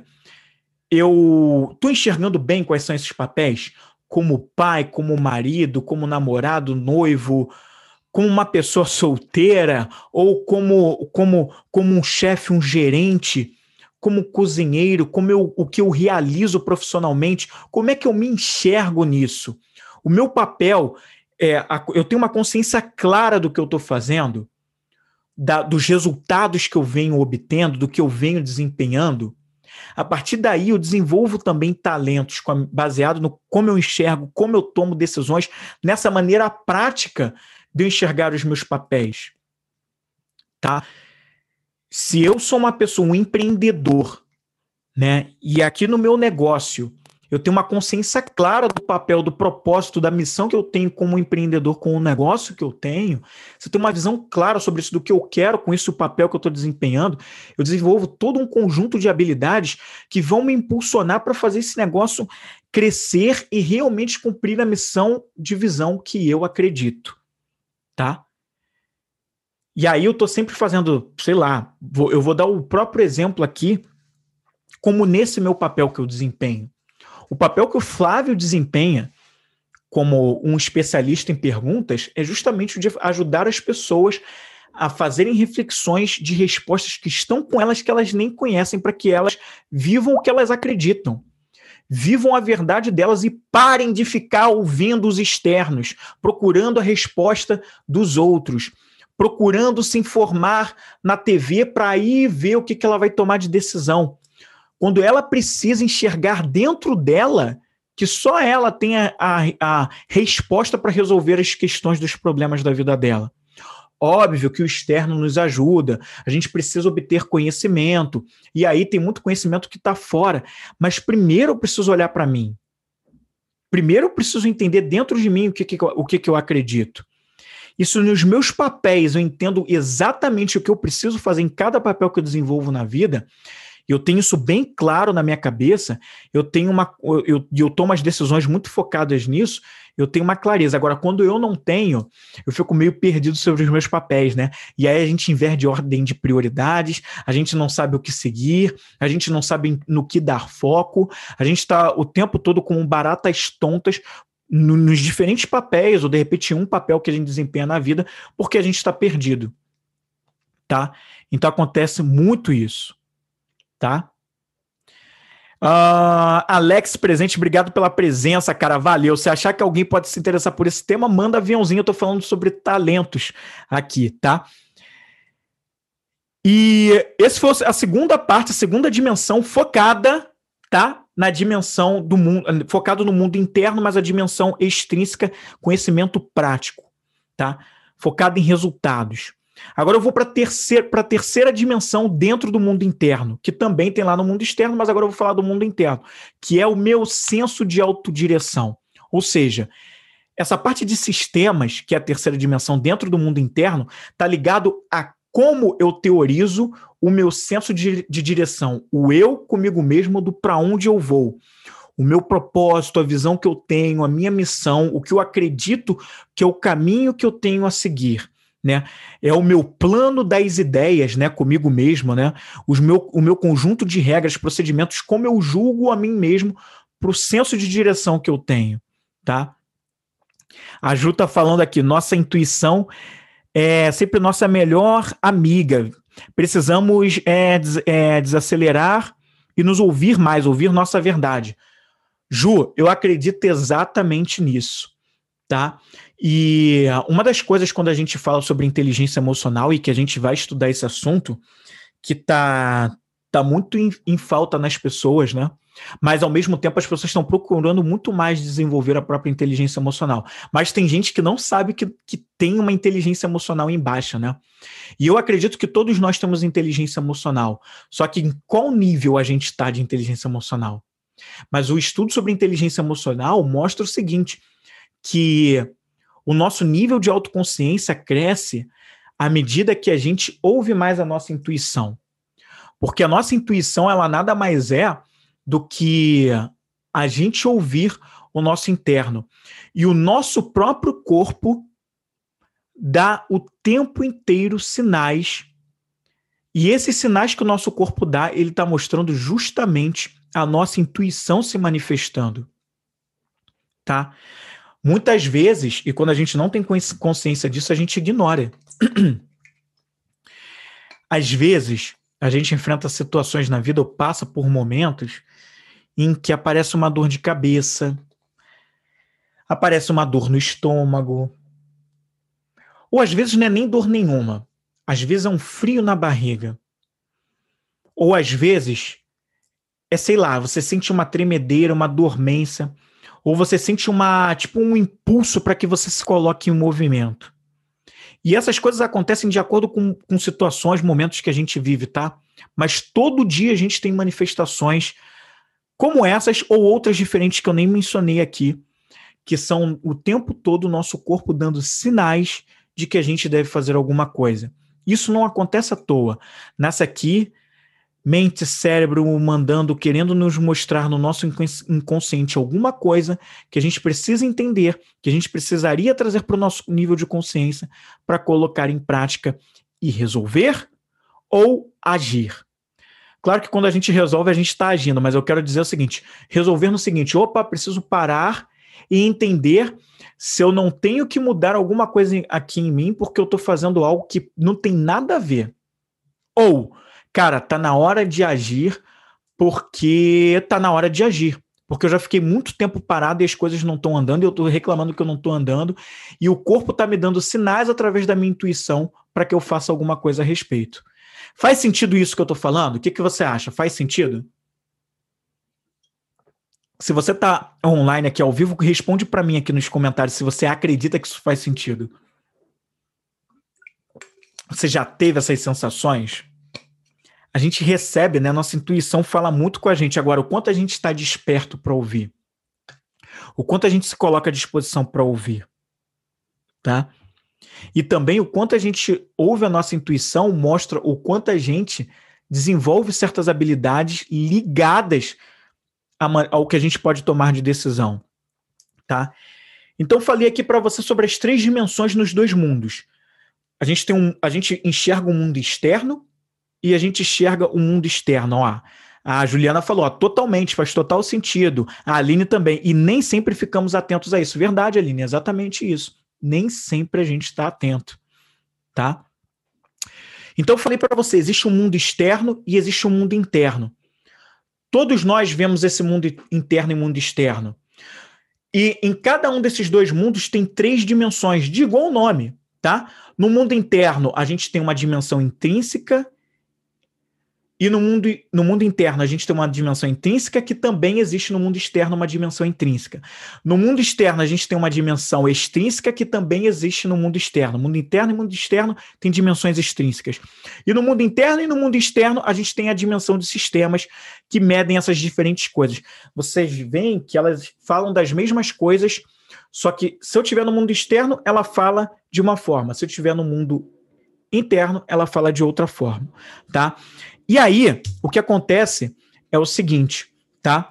eu estou enxergando bem quais são esses papéis, como pai, como marido, como namorado, noivo, como uma pessoa solteira, ou como um chefe, um gerente, como cozinheiro, o que eu realizo profissionalmente, como é que eu me enxergo nisso? O meu papel eu tenho uma consciência clara do que eu estou fazendo, dos resultados que eu venho obtendo, do que eu venho desempenhando. A partir daí, eu desenvolvo também talentos baseado no como eu enxergo, como eu tomo decisões, nessa maneira prática de eu enxergar os meus papéis. Tá? Se eu sou uma pessoa, um empreendedor, né, e aqui no meu negócio eu tenho uma consciência clara do papel, do propósito, da missão que eu tenho como empreendedor, com o negócio que eu tenho, se eu tenho uma visão clara sobre isso, do que eu quero com isso, o papel que eu estou desempenhando, eu desenvolvo todo um conjunto de habilidades que vão me impulsionar para fazer esse negócio crescer e realmente cumprir a missão de visão que eu acredito, tá? E aí eu estou sempre fazendo, sei lá, eu vou dar o próprio exemplo aqui, como nesse meu papel que eu desempenho. O papel que o Flávio desempenha como um especialista em perguntas é justamente o de ajudar as pessoas a fazerem reflexões de respostas que estão com elas, que elas nem conhecem, para que elas vivam o que elas acreditam. Vivam a verdade delas e parem de ficar ouvindo os externos, procurando a resposta dos outros, procurando se informar na TV para aí ver o que ela vai tomar de decisão. Quando ela precisa enxergar dentro dela que só ela tem a resposta para resolver as questões dos problemas da vida dela. Óbvio que o externo nos ajuda, a gente precisa obter conhecimento, e aí tem muito conhecimento que está fora, mas primeiro eu preciso olhar para mim. Primeiro eu preciso entender dentro de mim o que eu acredito. Isso nos meus papéis, eu entendo exatamente o que eu preciso fazer em cada papel que eu desenvolvo na vida. Eu tenho isso bem claro na minha cabeça, eu tomo as decisões muito focadas nisso, eu tenho uma clareza. Agora, quando eu não tenho, eu fico meio perdido sobre os meus papéis, né? E aí a gente inverte ordem de prioridades, a gente não sabe o que seguir, a gente não sabe no que dar foco, a gente está o tempo todo com baratas tontas nos diferentes papéis, ou de repente um papel que a gente desempenha na vida, porque a gente está perdido, tá? Então acontece muito isso. Tá? Alex presente, obrigado pela presença, cara, valeu. Se achar que alguém pode se interessar por esse tema, manda aviãozinho, eu tô falando sobre talentos aqui, tá? E esse foi a segunda parte, a segunda dimensão focada, tá? Na dimensão do mundo, focado no mundo interno, mas a dimensão extrínseca, conhecimento prático, tá? Focado em resultados. Agora eu vou para a terceira dimensão dentro do mundo interno, que também tem lá no mundo externo, mas agora eu vou falar do mundo interno, que é o meu senso de autodireção. Ou seja, essa parte de sistemas, que é a terceira dimensão dentro do mundo interno, está ligado a como eu teorizo o meu senso de direção, o eu comigo mesmo, do para onde eu vou. O meu propósito, a visão que eu tenho, a minha missão, o que eu acredito que é o caminho que eu tenho a seguir. Né? É o meu plano das ideias, né, comigo mesmo, né? O meu conjunto de regras, procedimentos, como eu julgo a mim mesmo para o senso de direção que eu tenho, tá? A Ju tá falando aqui, nossa intuição é sempre nossa melhor amiga. Precisamos desacelerar e nos ouvir mais, ouvir nossa verdade. Ju, eu acredito exatamente nisso, tá? E uma das coisas quando a gente fala sobre inteligência emocional e que a gente vai estudar esse assunto, que tá muito em falta nas pessoas, né? Mas ao mesmo tempo as pessoas estão procurando muito mais desenvolver a própria inteligência emocional. Mas tem gente que não sabe que tem uma inteligência emocional em baixa, né? E eu acredito que todos nós temos inteligência emocional. Só que em qual nível a gente está de inteligência emocional? Mas o estudo sobre inteligência emocional mostra o seguinte, que o nosso nível de autoconsciência cresce à medida que a gente ouve mais a nossa intuição. Porque a nossa intuição, ela nada mais é do que a gente ouvir o nosso interno. E o nosso próprio corpo dá o tempo inteiro sinais. E esses sinais que o nosso corpo dá, ele está mostrando justamente a nossa intuição se manifestando. Tá? Muitas vezes, e quando a gente não tem consciência disso, a gente ignora. Às vezes, a gente enfrenta situações na vida ou passa por momentos em que aparece uma dor de cabeça, aparece uma dor no estômago, ou às vezes não é nem dor nenhuma, às vezes é um frio na barriga, ou às vezes sei lá, você sente uma tremedeira, uma dormência, ou você sente tipo um impulso para que você se coloque em movimento. E essas coisas acontecem de acordo com situações, momentos que a gente vive, tá? Mas todo dia a gente tem manifestações como essas ou outras diferentes que eu nem mencionei aqui, que são o tempo todo o nosso corpo dando sinais de que a gente deve fazer alguma coisa. Isso não acontece à toa. Nasce aqui, mente, cérebro querendo nos mostrar no nosso inconsciente alguma coisa que a gente precisa entender, que a gente precisaria trazer para o nosso nível de consciência para colocar em prática e resolver ou agir. Claro que quando a gente resolve, a gente está agindo, mas eu quero dizer o seguinte, resolver no seguinte, preciso parar e entender se eu não tenho que mudar alguma coisa aqui em mim porque eu estou fazendo algo que não tem nada a ver. Ou, cara, tá na hora de agir porque tá na hora de agir. Porque eu já fiquei muito tempo parado e as coisas não estão andando e eu estou reclamando que eu não estou andando e o corpo está me dando sinais através da minha intuição para que eu faça alguma coisa a respeito. Faz sentido isso que eu estou falando? O que você acha? Faz sentido? Se você está online aqui ao vivo, responde para mim aqui nos comentários se você acredita que isso faz sentido. Você já teve essas sensações? A gente recebe, né? Nossa intuição fala muito com a gente. Agora, o quanto a gente está desperto para ouvir? O quanto a gente se coloca à disposição para ouvir? Tá? E também o quanto a gente ouve a nossa intuição mostra o quanto a gente desenvolve certas habilidades ligadas ao que a gente pode tomar de decisão. Tá? Então, falei aqui para você sobre as 3 dimensões nos 2 mundos. A gente enxerga o mundo externo e a gente enxerga o mundo externo. Ó, a Juliana falou, totalmente, faz total sentido. A Aline também. E nem sempre ficamos atentos a isso. Verdade, Aline, exatamente isso. Nem sempre a gente está atento. Tá? Então, eu falei para você, existe um mundo externo e existe um mundo interno. Todos nós vemos esse mundo interno e mundo externo. E em cada um desses 2 mundos tem 3 dimensões, de igual nome. Tá? No mundo interno, a gente tem uma dimensão intrínseca e no mundo interno a gente tem uma dimensão intrínseca que também existe no mundo externo uma dimensão intrínseca. No mundo externo a gente tem uma dimensão extrínseca que também existe no mundo externo. Mundo interno e mundo externo tem dimensões extrínsecas. E no mundo interno e no mundo externo a gente tem a dimensão de sistemas que medem essas diferentes coisas. Vocês veem que elas falam das mesmas coisas, só que se eu estiver no mundo externo, ela fala de uma forma. Se eu estiver no mundo interno, ela fala de outra forma, tá? E aí, o que acontece é o seguinte, tá?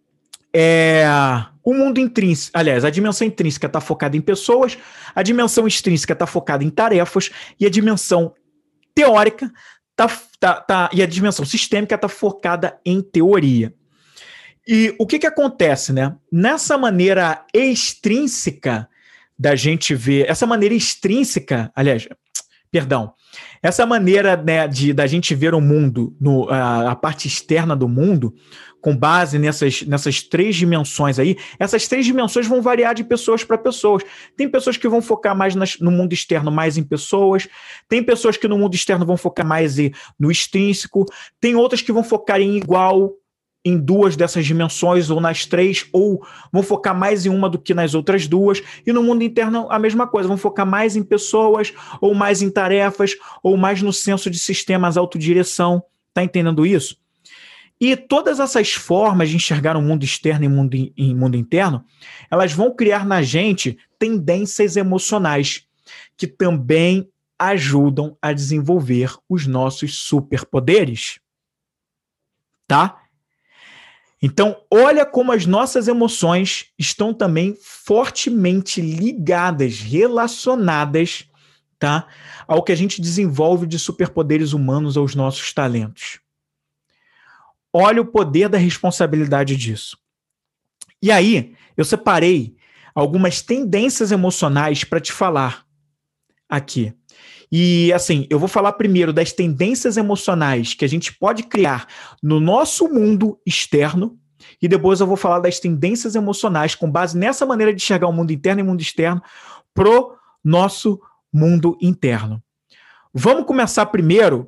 O mundo intrínseco, aliás, a dimensão intrínseca está focada em pessoas, a dimensão extrínseca está focada em tarefas e a dimensão teórica e a dimensão sistêmica está focada em teoria. E o que acontece, né? Nessa maneira extrínseca da gente ver, essa maneira extrínseca, aliás, perdão, essa maneira, né, da gente ver o mundo, a parte externa do mundo, com base nessas 3 dimensões aí, essas 3 dimensões vão variar de pessoas para pessoas. Tem pessoas que vão focar mais no mundo externo, mais em pessoas, tem pessoas que no mundo externo vão focar mais no extrínseco, tem outras que vão focar em 2 dessas dimensões, ou nas 3, ou vão focar mais em uma do que nas outras 2, e no mundo interno a mesma coisa, vão focar mais em pessoas, ou mais em tarefas, ou mais no senso de sistemas, autodireção. Tá entendendo isso? E todas essas formas de enxergar o mundo externo e mundo interno, elas vão criar na gente tendências emocionais, que também ajudam a desenvolver os nossos superpoderes. Tá? Então, olha como as nossas emoções estão também fortemente ligadas, relacionadas, tá, ao que a gente desenvolve de superpoderes humanos aos nossos talentos. Olha o poder da responsabilidade disso. E aí, eu separei algumas tendências emocionais para te falar aqui. E, assim, eu vou falar primeiro das tendências emocionais que a gente pode criar no nosso mundo externo E depois eu vou falar das tendências emocionais com base nessa maneira de enxergar o mundo interno e mundo externo pro nosso mundo interno. Vamos começar primeiro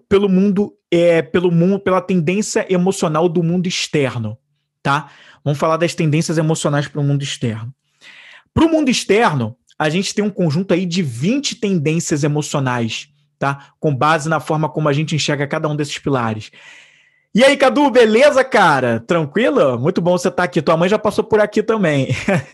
pela tendência emocional do mundo externo, tá? Vamos falar das tendências emocionais para o mundo externo. Para o mundo externo, a gente tem um conjunto aí de 20 tendências emocionais, tá? Com base na forma como a gente enxerga cada um desses pilares. E aí, Cadu, beleza, cara? Tranquilo? Muito bom você estar aqui. Tua mãe já passou por aqui também.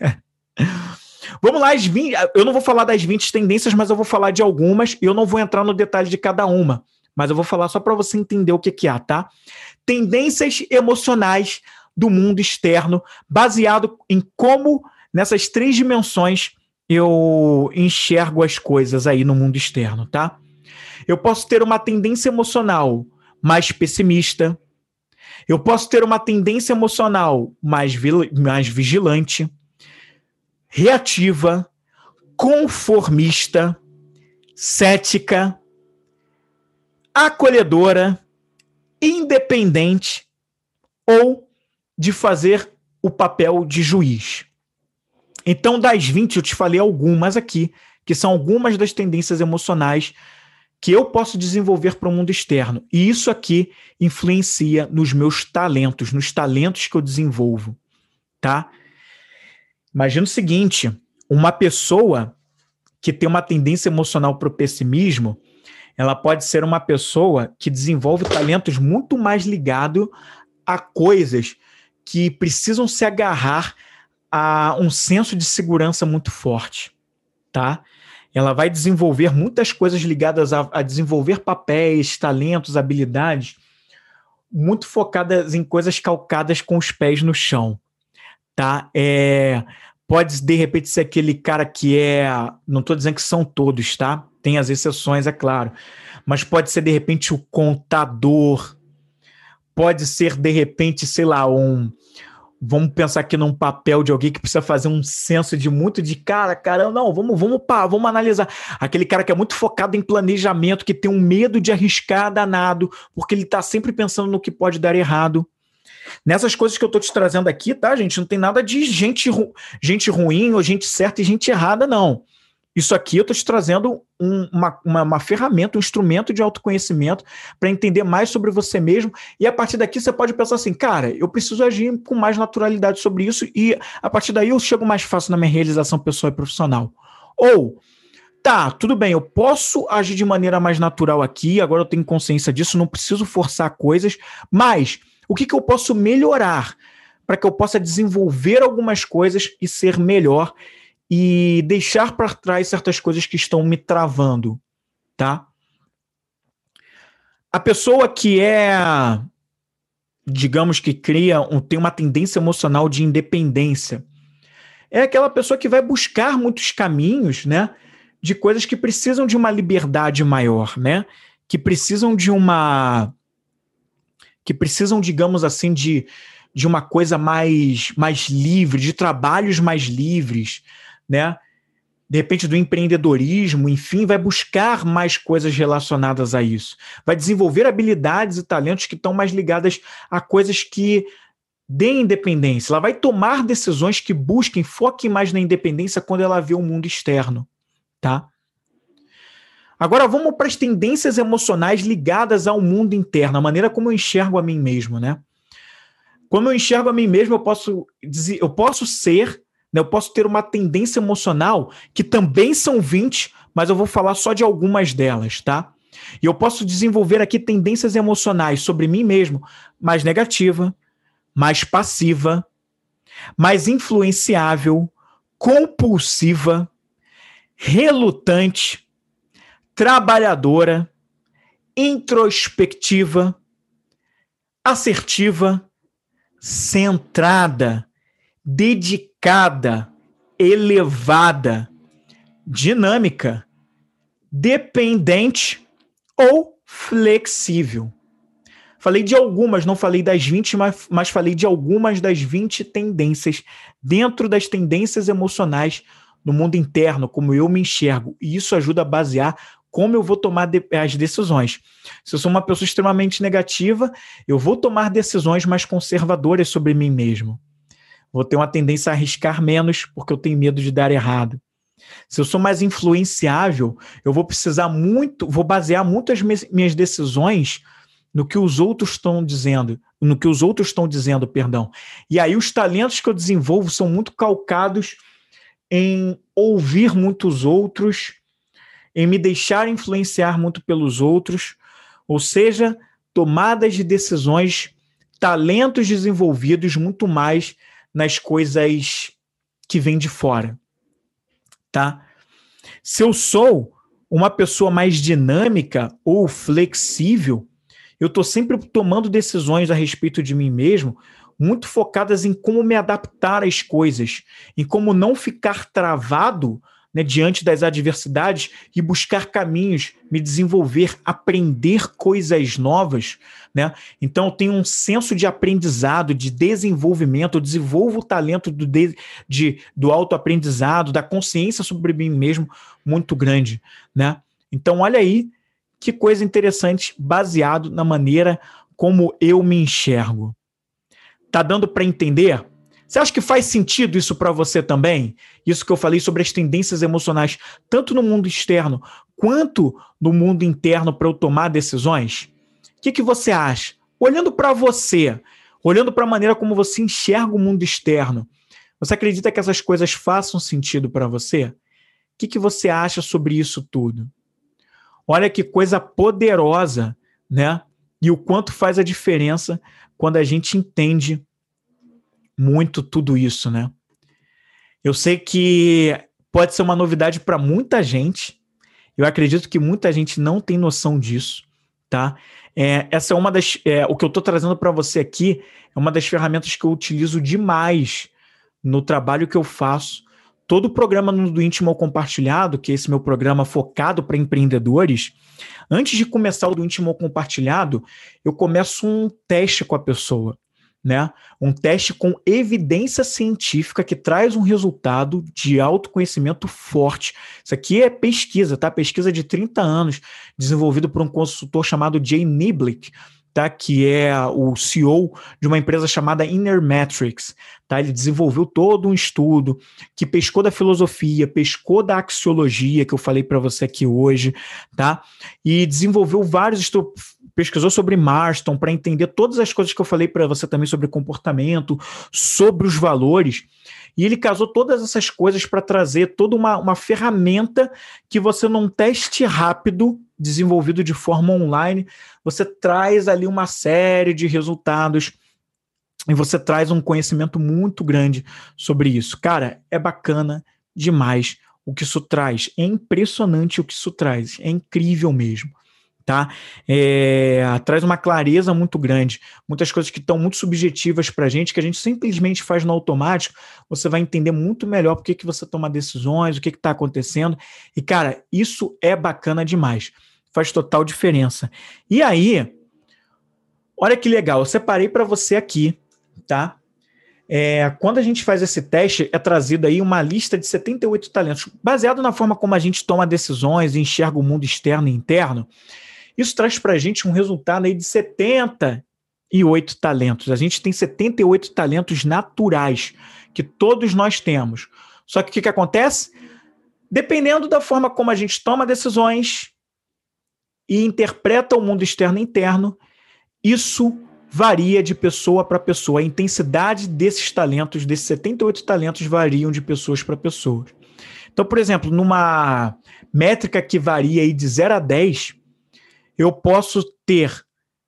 Vamos lá, eu não vou falar das 20 tendências, mas eu vou falar de algumas e eu não vou entrar no detalhe de cada uma, mas eu vou falar só para você entender o que há, tá? Tendências emocionais do mundo externo, baseado em como, nessas 3 dimensões, eu enxergo as coisas aí no mundo externo, tá? Eu posso ter uma tendência emocional mais pessimista, eu posso ter uma tendência emocional mais vigilante, reativa, conformista, cética, acolhedora, independente ou de fazer o papel de juiz. Então, das 20, eu te falei algumas aqui, que são algumas das tendências emocionais que eu posso desenvolver para o mundo externo. E isso aqui influencia nos meus talentos, nos talentos que eu desenvolvo, tá? Imagina o seguinte, uma pessoa que tem uma tendência emocional para o pessimismo, ela pode ser uma pessoa que desenvolve talentos muito mais ligados a coisas que precisam se agarrar a um senso de segurança muito forte, tá? Ela vai desenvolver muitas coisas ligadas a desenvolver papéis, talentos, habilidades, muito focadas em coisas calcadas com os pés no chão, tá? Pode, de repente, ser aquele cara que não estou dizendo que são todos, tá? Tem as exceções, é claro. Mas pode ser, de repente, o contador. Pode ser, de repente, sei lá, vamos pensar aqui num papel de alguém que precisa fazer um senso de cara, não, vamos analisar. Aquele cara que é muito focado em planejamento, que tem um medo de arriscar danado, porque ele está sempre pensando no que pode dar errado. Nessas coisas que eu estou te trazendo aqui, tá, gente? Não tem nada de gente ruim ou gente certa e gente errada, não. Isso aqui eu estou te trazendo uma ferramenta, um instrumento de autoconhecimento para entender mais sobre você mesmo, e a partir daqui você pode pensar assim, cara, eu preciso agir com mais naturalidade sobre isso e a partir daí eu chego mais fácil na minha realização pessoal e profissional. Ou, tá, tudo bem, eu posso agir de maneira mais natural aqui, agora eu tenho consciência disso, não preciso forçar coisas, mas o que eu posso melhorar para que eu possa desenvolver algumas coisas e ser melhor e deixar para trás certas coisas que estão me travando, tá? A pessoa que digamos que tem uma tendência emocional de independência, é aquela pessoa que vai buscar muitos caminhos, né, de coisas que precisam de uma liberdade maior, né, que precisam, digamos assim, de uma coisa mais livre, de trabalhos mais livres, né? De repente do empreendedorismo, enfim, vai buscar mais coisas relacionadas a isso. Vai desenvolver habilidades e talentos que estão mais ligadas a coisas que deem independência. Ela vai tomar decisões que foquem mais na independência quando ela vê o mundo externo, tá? Agora vamos para as tendências emocionais ligadas ao mundo interno, a maneira como eu enxergo a mim mesmo, né? Como eu enxergo a mim mesmo, eu posso ter uma tendência emocional, que também são 20, mas eu vou falar só de algumas delas, tá? E eu posso desenvolver aqui tendências emocionais sobre mim mesmo, mais negativa, mais passiva, mais influenciável, compulsiva, relutante, trabalhadora, introspectiva, assertiva, centrada, dedicada, elevada, dinâmica, dependente ou flexível. Falei de algumas, não falei das 20, mas falei de algumas das 20 tendências dentro das tendências emocionais no mundo interno, como eu me enxergo. E isso ajuda a basear como eu vou tomar as decisões. Se eu sou uma pessoa extremamente negativa, eu vou tomar decisões mais conservadoras sobre mim mesmo. Vou ter uma tendência a arriscar menos porque eu tenho medo de dar errado. Se eu sou mais influenciável, eu vou basear muito as minhas decisões no que os outros estão dizendo, perdão. E aí os talentos que eu desenvolvo são muito calcados em ouvir muitos outros, em me deixar influenciar muito pelos outros, ou seja, tomadas de decisões, talentos desenvolvidos muito mais nas coisas que vêm de fora, tá? Se eu sou uma pessoa mais dinâmica ou flexível, eu estou sempre tomando decisões a respeito de mim mesmo, muito focadas em como me adaptar às coisas, em como não ficar travado, né, diante das adversidades e buscar caminhos, me desenvolver, aprender coisas novas, né? Então, eu tenho um senso de aprendizado, de desenvolvimento, eu desenvolvo o talento do autoaprendizado, da consciência sobre mim mesmo muito grande, né? Então, olha aí que coisa interessante, baseado na maneira como eu me enxergo. Tá dando para entender? Você acha que faz sentido isso para você também? Isso que eu falei sobre as tendências emocionais, tanto no mundo externo quanto no mundo interno para eu tomar decisões? O que você acha? Olhando para você, olhando para a maneira como você enxerga o mundo externo, você acredita que essas coisas façam sentido para você? O que você acha sobre isso tudo? Olha que coisa poderosa, né? E o quanto faz a diferença quando a gente entende muito tudo isso, né? Eu sei que pode ser uma novidade para muita gente. Eu acredito que muita gente não tem noção disso, tá? Essa é uma das... o que eu estou trazendo para você aqui é uma das ferramentas que eu utilizo demais no trabalho que eu faço. Todo o programa do Íntimo ao Compartilhado, que é esse meu programa focado para empreendedores, antes de começar o do Íntimo ao Compartilhado, eu começo um teste com a pessoa, né? Um teste com evidência científica que traz um resultado de autoconhecimento forte. Isso aqui é pesquisa, tá? Pesquisa de 30 anos, desenvolvido por um consultor chamado Jay Niblick, tá? Que é o CEO de uma empresa chamada Inner Metrics, tá? Ele desenvolveu todo um estudo que pescou da filosofia, pescou da axiologia, que eu falei para você aqui hoje, tá? E desenvolveu vários estudos, pesquisou sobre Marston para entender todas as coisas que eu falei para você também sobre comportamento, sobre os valores. E ele casou todas essas coisas para trazer toda uma ferramenta que você, num teste rápido, desenvolvido de forma online, você traz ali uma série de resultados e você traz um conhecimento muito grande sobre isso. Cara, é bacana demais o que isso traz. É impressionante o que isso traz. É incrível mesmo. Tá? Traz uma clareza muito grande, muitas coisas que estão muito subjetivas para a gente, que a gente simplesmente faz no automático, você vai entender muito melhor por que você toma decisões, o que está acontecendo, e cara, isso é bacana demais, faz total diferença. E aí, olha que legal, eu separei para você aqui, tá? Quando a gente faz esse teste, é trazido aí uma lista de 78 talentos, baseado na forma como a gente toma decisões e enxerga o mundo externo e interno. Isso traz para a gente um resultado aí de 78 talentos. A gente tem 78 talentos naturais, que todos nós temos. Só que o que acontece? Dependendo da forma como a gente toma decisões e interpreta o mundo externo e interno, isso varia de pessoa para pessoa. A intensidade desses talentos, desses 78 talentos, variam de pessoas para pessoas. Então, por exemplo, numa métrica que varia aí de 0 a 10, eu posso ter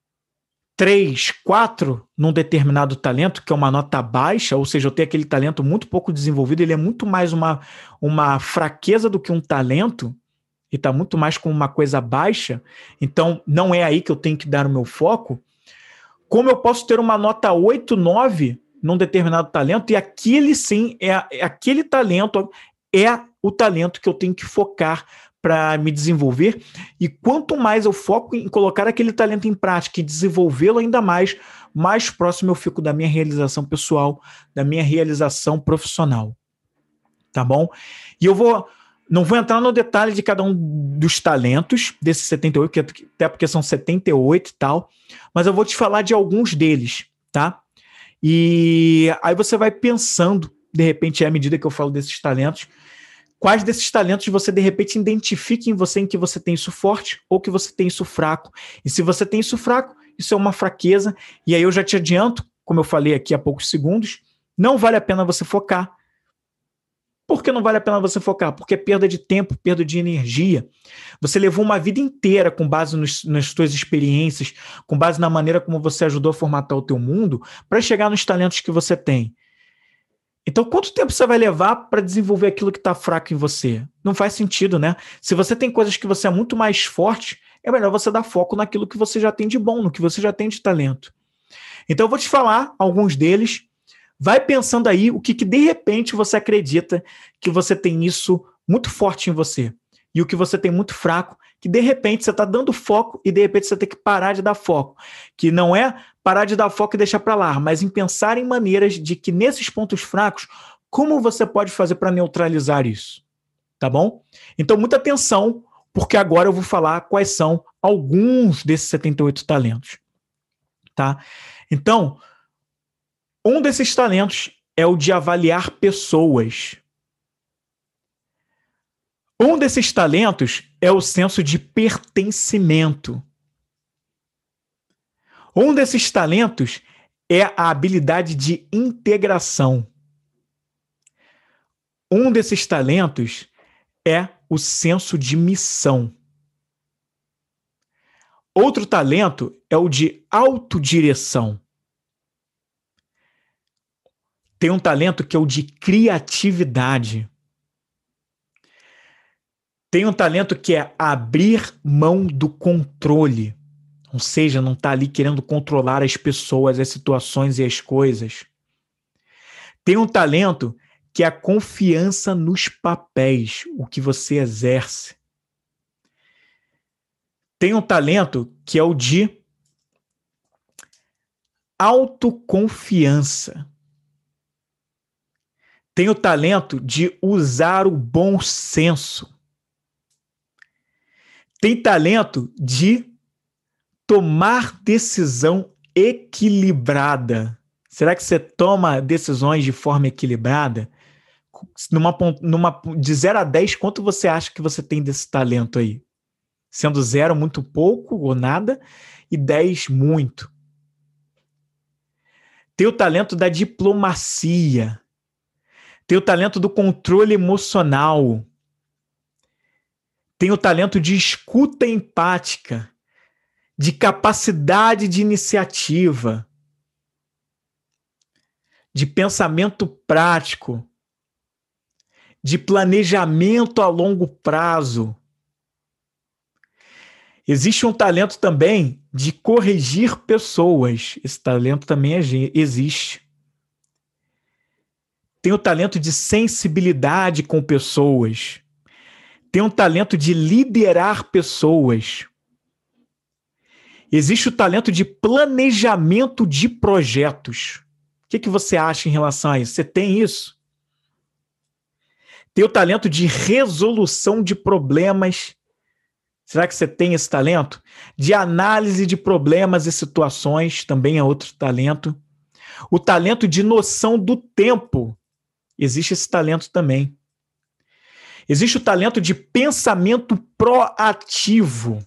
3, 4 num determinado talento, que é uma nota baixa, ou seja, eu tenho aquele talento muito pouco desenvolvido, ele é muito mais uma fraqueza do que um talento, e está muito mais como uma coisa baixa, então não é aí que eu tenho que dar o meu foco. Como eu posso ter uma nota 8, 9 num determinado talento, e aquele sim, aquele talento é o talento que eu tenho que focar para me desenvolver, e quanto mais eu foco em colocar aquele talento em prática e desenvolvê-lo ainda mais próximo eu fico da minha realização pessoal, da minha realização profissional. Tá bom? E eu vou Não vou entrar no detalhe de cada um dos talentos desses 78, até porque são 78 e tal, mas eu vou te falar de alguns deles, tá? E aí você vai pensando, de repente, à medida que eu falo desses talentos, quais desses talentos você, de repente, identifica em você em que você tem isso forte ou que você tem isso fraco. E se você tem isso fraco, isso é uma fraqueza. E aí eu já te adianto, como eu falei aqui há poucos segundos, não vale a pena você focar. Por que não vale a pena você focar? Porque é perda de tempo, perda de energia. Você levou uma vida inteira com base nas suas experiências, com base na maneira como você ajudou a formatar o teu mundo, para chegar nos talentos que você tem. Então, quanto tempo você vai levar para desenvolver aquilo que está fraco em você? Não faz sentido, né? Se você tem coisas que você é muito mais forte, é melhor você dar foco naquilo que você já tem de bom, no que você já tem de talento. Então, eu vou te falar alguns deles. Vai pensando aí o que de repente você acredita que você tem isso muito forte em você. E o que você tem muito fraco, que de repente você está dando foco e de repente você tem que parar de dar foco. Que não é parar de dar foco e deixar para lá, mas em pensar em maneiras de que nesses pontos fracos, como você pode fazer para neutralizar isso. Tá bom? Então, muita atenção, porque agora eu vou falar quais são alguns desses 78 talentos. Tá? Então, um desses talentos é o de avaliar pessoas. Um desses talentos é o senso de pertencimento. Um desses talentos é a habilidade de integração. Um desses talentos é o senso de missão. Outro talento é o de autodireção. Tem um talento que é o de criatividade. Tem um talento que é abrir mão do controle. Ou seja, não está ali querendo controlar as pessoas, as situações e as coisas. Tem um talento que é a confiança nos papéis, o que você exerce. Tem um talento que é o de autoconfiança. Tem o talento de usar o bom senso. Tem talento de tomar decisão equilibrada. Será que você toma decisões de forma equilibrada? De 0 a 10, quanto você acha que você tem desse talento aí? Sendo 0 muito pouco ou nada e 10 muito. Tem o talento da diplomacia. Tem o talento do controle emocional. Tem o talento de escuta empática, de capacidade de iniciativa, de pensamento prático, de planejamento a longo prazo. Existe um talento também de corrigir pessoas. Esse talento também existe. Tem o talento de sensibilidade com pessoas. Tem um talento de liderar pessoas. Existe o talento de planejamento de projetos. O que você acha em relação a isso? Você tem isso? Tem o talento de resolução de problemas. Será que você tem esse talento? De análise de problemas e situações, também é outro talento. O talento de noção do tempo. Existe esse talento também. Existe o talento de pensamento proativo.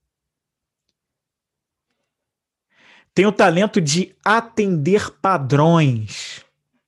Tem o talento de atender padrões.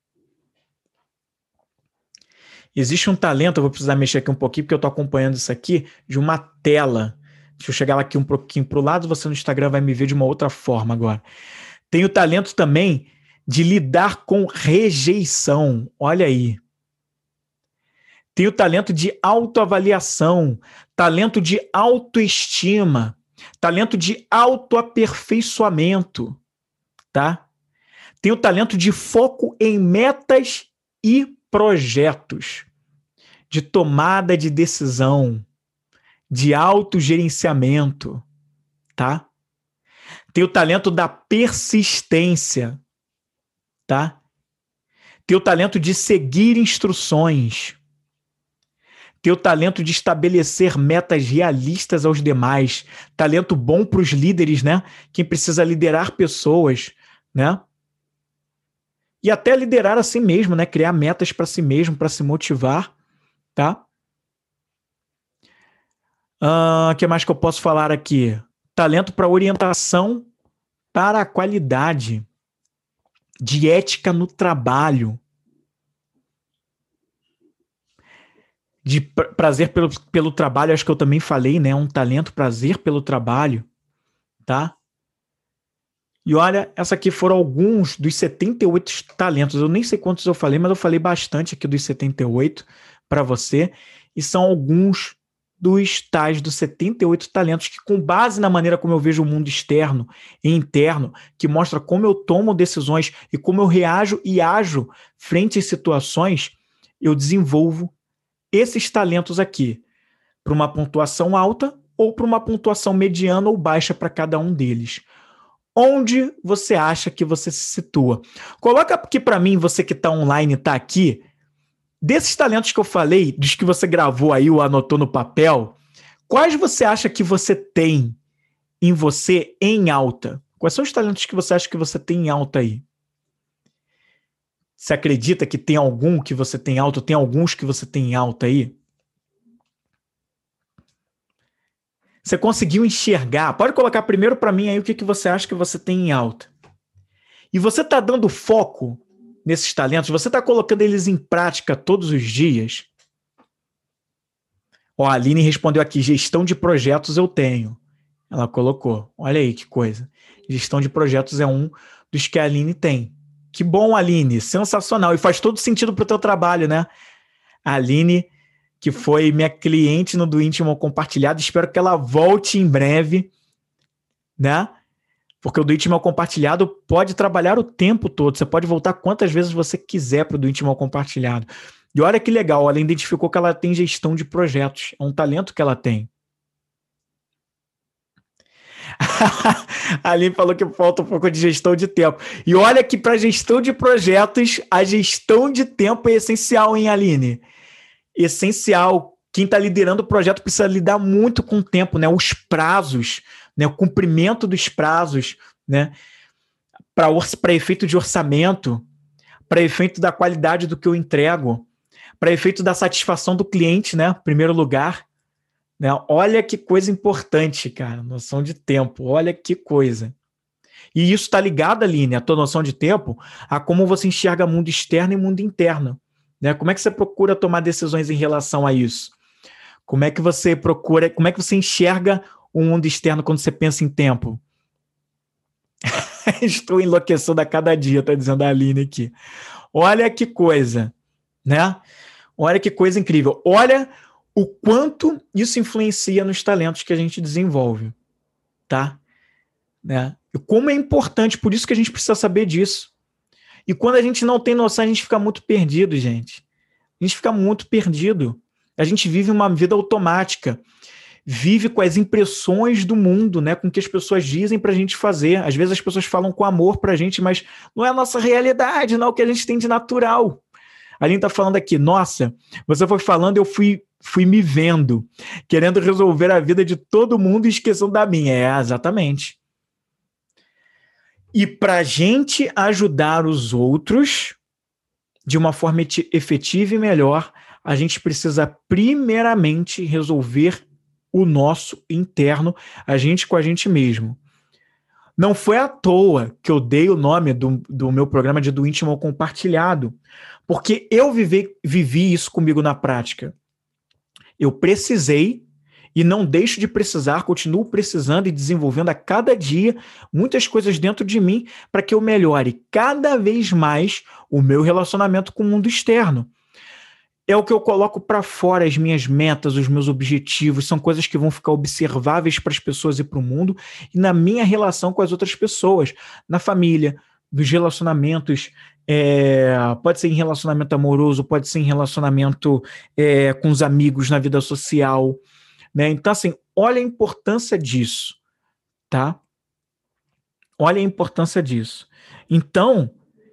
Existe um talento, eu vou precisar mexer aqui um pouquinho, porque eu estou acompanhando isso aqui de uma tela. Deixa eu chegar aqui um pouquinho para o lado, você no Instagram vai me ver de uma outra forma agora. Tem o talento também de lidar com rejeição. Olha aí. Tem o talento de autoavaliação, talento de autoestima, talento de autoaperfeiçoamento, tá? Tem o talento de foco em metas e projetos, de tomada de decisão, de autogerenciamento, tá? Tem o talento da persistência, tá? Tem o talento de seguir instruções. ter o talento de estabelecer metas realistas aos demais, talento bom para os líderes, né? Quem precisa liderar pessoas, né? E até liderar a si mesmo, né? Criar metas para si mesmo, para se motivar, tá? O que mais que eu posso falar aqui? Talento para orientação para a qualidade, de ética no trabalho, de prazer pelo trabalho, acho que eu também falei, né? Um talento, prazer pelo trabalho, tá? E olha, essa aqui foram alguns dos 78 talentos. Eu nem sei quantos eu falei, mas eu falei bastante aqui dos 78 para você. E são alguns dos tais dos 78 talentos que, com base na maneira como eu vejo o mundo externo e interno, que mostra como eu tomo decisões e como eu reajo e ajo frente às situações, eu desenvolvo esses talentos aqui para uma pontuação alta ou para uma pontuação mediana ou baixa para cada um deles. Onde você acha que você se situa? Coloca aqui para mim, você que está online, está aqui, desses talentos que eu falei, dos que você gravou aí ou anotou no papel, quais você acha que você tem em você em alta? Quais são os talentos que você acha que você tem em alta aí? Você acredita que tem algum que você tem alta? Tem alguns que você tem em alta aí? Você conseguiu enxergar? Pode colocar primeiro para mim aí o que você acha que você tem em alta. E você está dando foco nesses talentos? Você está colocando eles em prática todos os dias? Ó, a Aline respondeu aqui, gestão de projetos eu tenho. Ela colocou. Olha aí que coisa. Gestão de projetos é um dos que a Aline tem. Que bom, Aline. Sensacional. E faz todo sentido para o teu trabalho, né? A Aline, que foi minha cliente no Do Íntimo Compartilhado, espero que ela volte em breve, né? Porque o Do Íntimo Compartilhado pode trabalhar o tempo todo. Você pode voltar quantas vezes você quiser para o Do Íntimo Compartilhado. E olha que legal, ela identificou que ela tem gestão de projetos. É um talento que ela tem. A Aline falou que falta um pouco de gestão de tempo. E olha que para gestão de projetos, a gestão de tempo é essencial, hein, Aline? Essencial. Quem está liderando o projeto precisa lidar muito com o tempo, né? Os prazos, né? O cumprimento dos prazos, né? Para efeito de orçamento, para efeito da qualidade do que eu entrego, para efeito da satisfação do cliente, né? Em primeiro lugar. Né? Olha que coisa importante, cara. Noção de tempo. Olha que coisa. E isso está ligado, Aline, a tua noção de tempo, a como você enxerga mundo externo e mundo interno. Né? Como é que você procura tomar decisões em relação a isso? Como é que você procura, como é que você enxerga o mundo externo quando você pensa em tempo? Estou enlouquecendo a cada dia, está dizendo a Aline aqui. Olha que coisa, né? Olha que coisa incrível. Olha o quanto isso influencia nos talentos que a gente desenvolve, tá? Né? E como é importante, por isso que a gente precisa saber disso. E quando a gente não tem noção, a gente fica muito perdido, gente. A gente fica muito perdido. A gente vive uma vida automática. Vive com as impressões do mundo, né? Com o que as pessoas dizem pra gente fazer. Às vezes as pessoas falam com amor pra gente, mas não é a nossa realidade, não é o que a gente tem de natural. A gente tá falando aqui, nossa, você foi falando, eu fui me vendo, querendo resolver a vida de todo mundo e esquecendo da minha. É, exatamente. E para a gente ajudar os outros de uma forma efetiva e melhor, a gente precisa primeiramente resolver o nosso interno, a gente com a gente mesmo. Não foi à toa que eu dei o nome do meu programa de Do Íntimo ao Compartilhado, porque eu vivi isso comigo na prática. Eu precisei e não deixo de precisar, continuo precisando e desenvolvendo a cada dia muitas coisas dentro de mim para que eu melhore cada vez mais o meu relacionamento com o mundo externo. É o que eu coloco para fora, as minhas metas, os meus objetivos, são coisas que vão ficar observáveis para as pessoas e para o mundo e na minha relação com as outras pessoas, na família, nos relacionamentos, pode ser em relacionamento amoroso, pode ser em relacionamento com os amigos, na vida social, né? Então, assim, olha a importância disso, tá? Olha a importância disso. Então,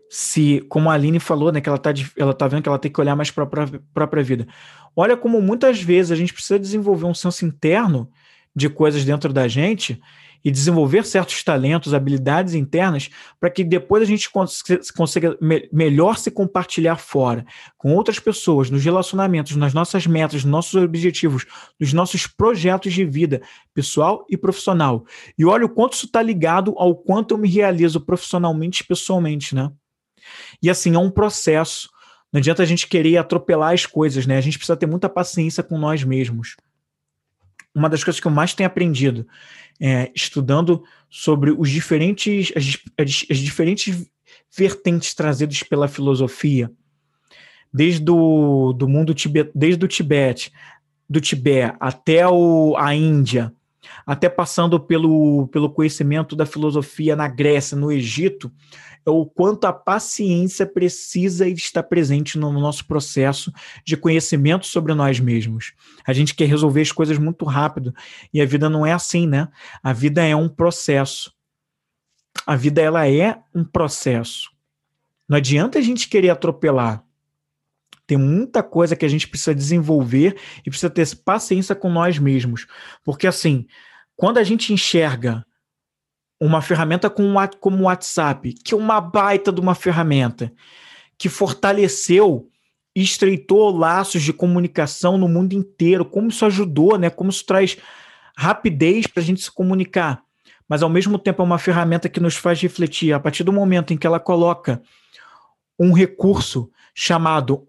se, como a Aline falou, né, que ela tá vendo que ela tem que olhar mais para a própria vida. Olha como muitas vezes a gente precisa desenvolver um senso interno de coisas dentro da gente e desenvolver certos talentos, habilidades internas, para que depois a gente consiga melhor se compartilhar fora, com outras pessoas, nos relacionamentos, nas nossas metas, nos nossos objetivos, nos nossos projetos de vida, pessoal e profissional. E olha o quanto isso está ligado ao quanto eu me realizo profissionalmente e pessoalmente, né? E assim, é um processo. Não adianta a gente querer atropelar as coisas, né? A gente precisa ter muita paciência com nós mesmos. Uma das coisas que eu mais tenho aprendido estudando sobre as diferentes vertentes trazidas pela filosofia, desde do mundo desde o Tibete, do Tibete até a Índia, até passando pelo conhecimento da filosofia na Grécia, no Egito, é o quanto a paciência precisa estar presente no nosso processo de conhecimento sobre nós mesmos. A gente quer resolver as coisas muito rápido e a vida não é assim, né? A vida é um processo. A vida, ela é um processo. Não adianta a gente querer atropelar. Tem muita coisa que a gente precisa desenvolver e precisa ter paciência com nós mesmos. Porque, assim, quando a gente enxerga uma ferramenta como o WhatsApp, que é uma baita de uma ferramenta, que fortaleceu e estreitou laços de comunicação no mundo inteiro, como isso ajudou, né? Como isso traz rapidez para a gente se comunicar. Mas, ao mesmo tempo, é uma ferramenta que nos faz refletir. A partir do momento em que ela coloca um recurso chamado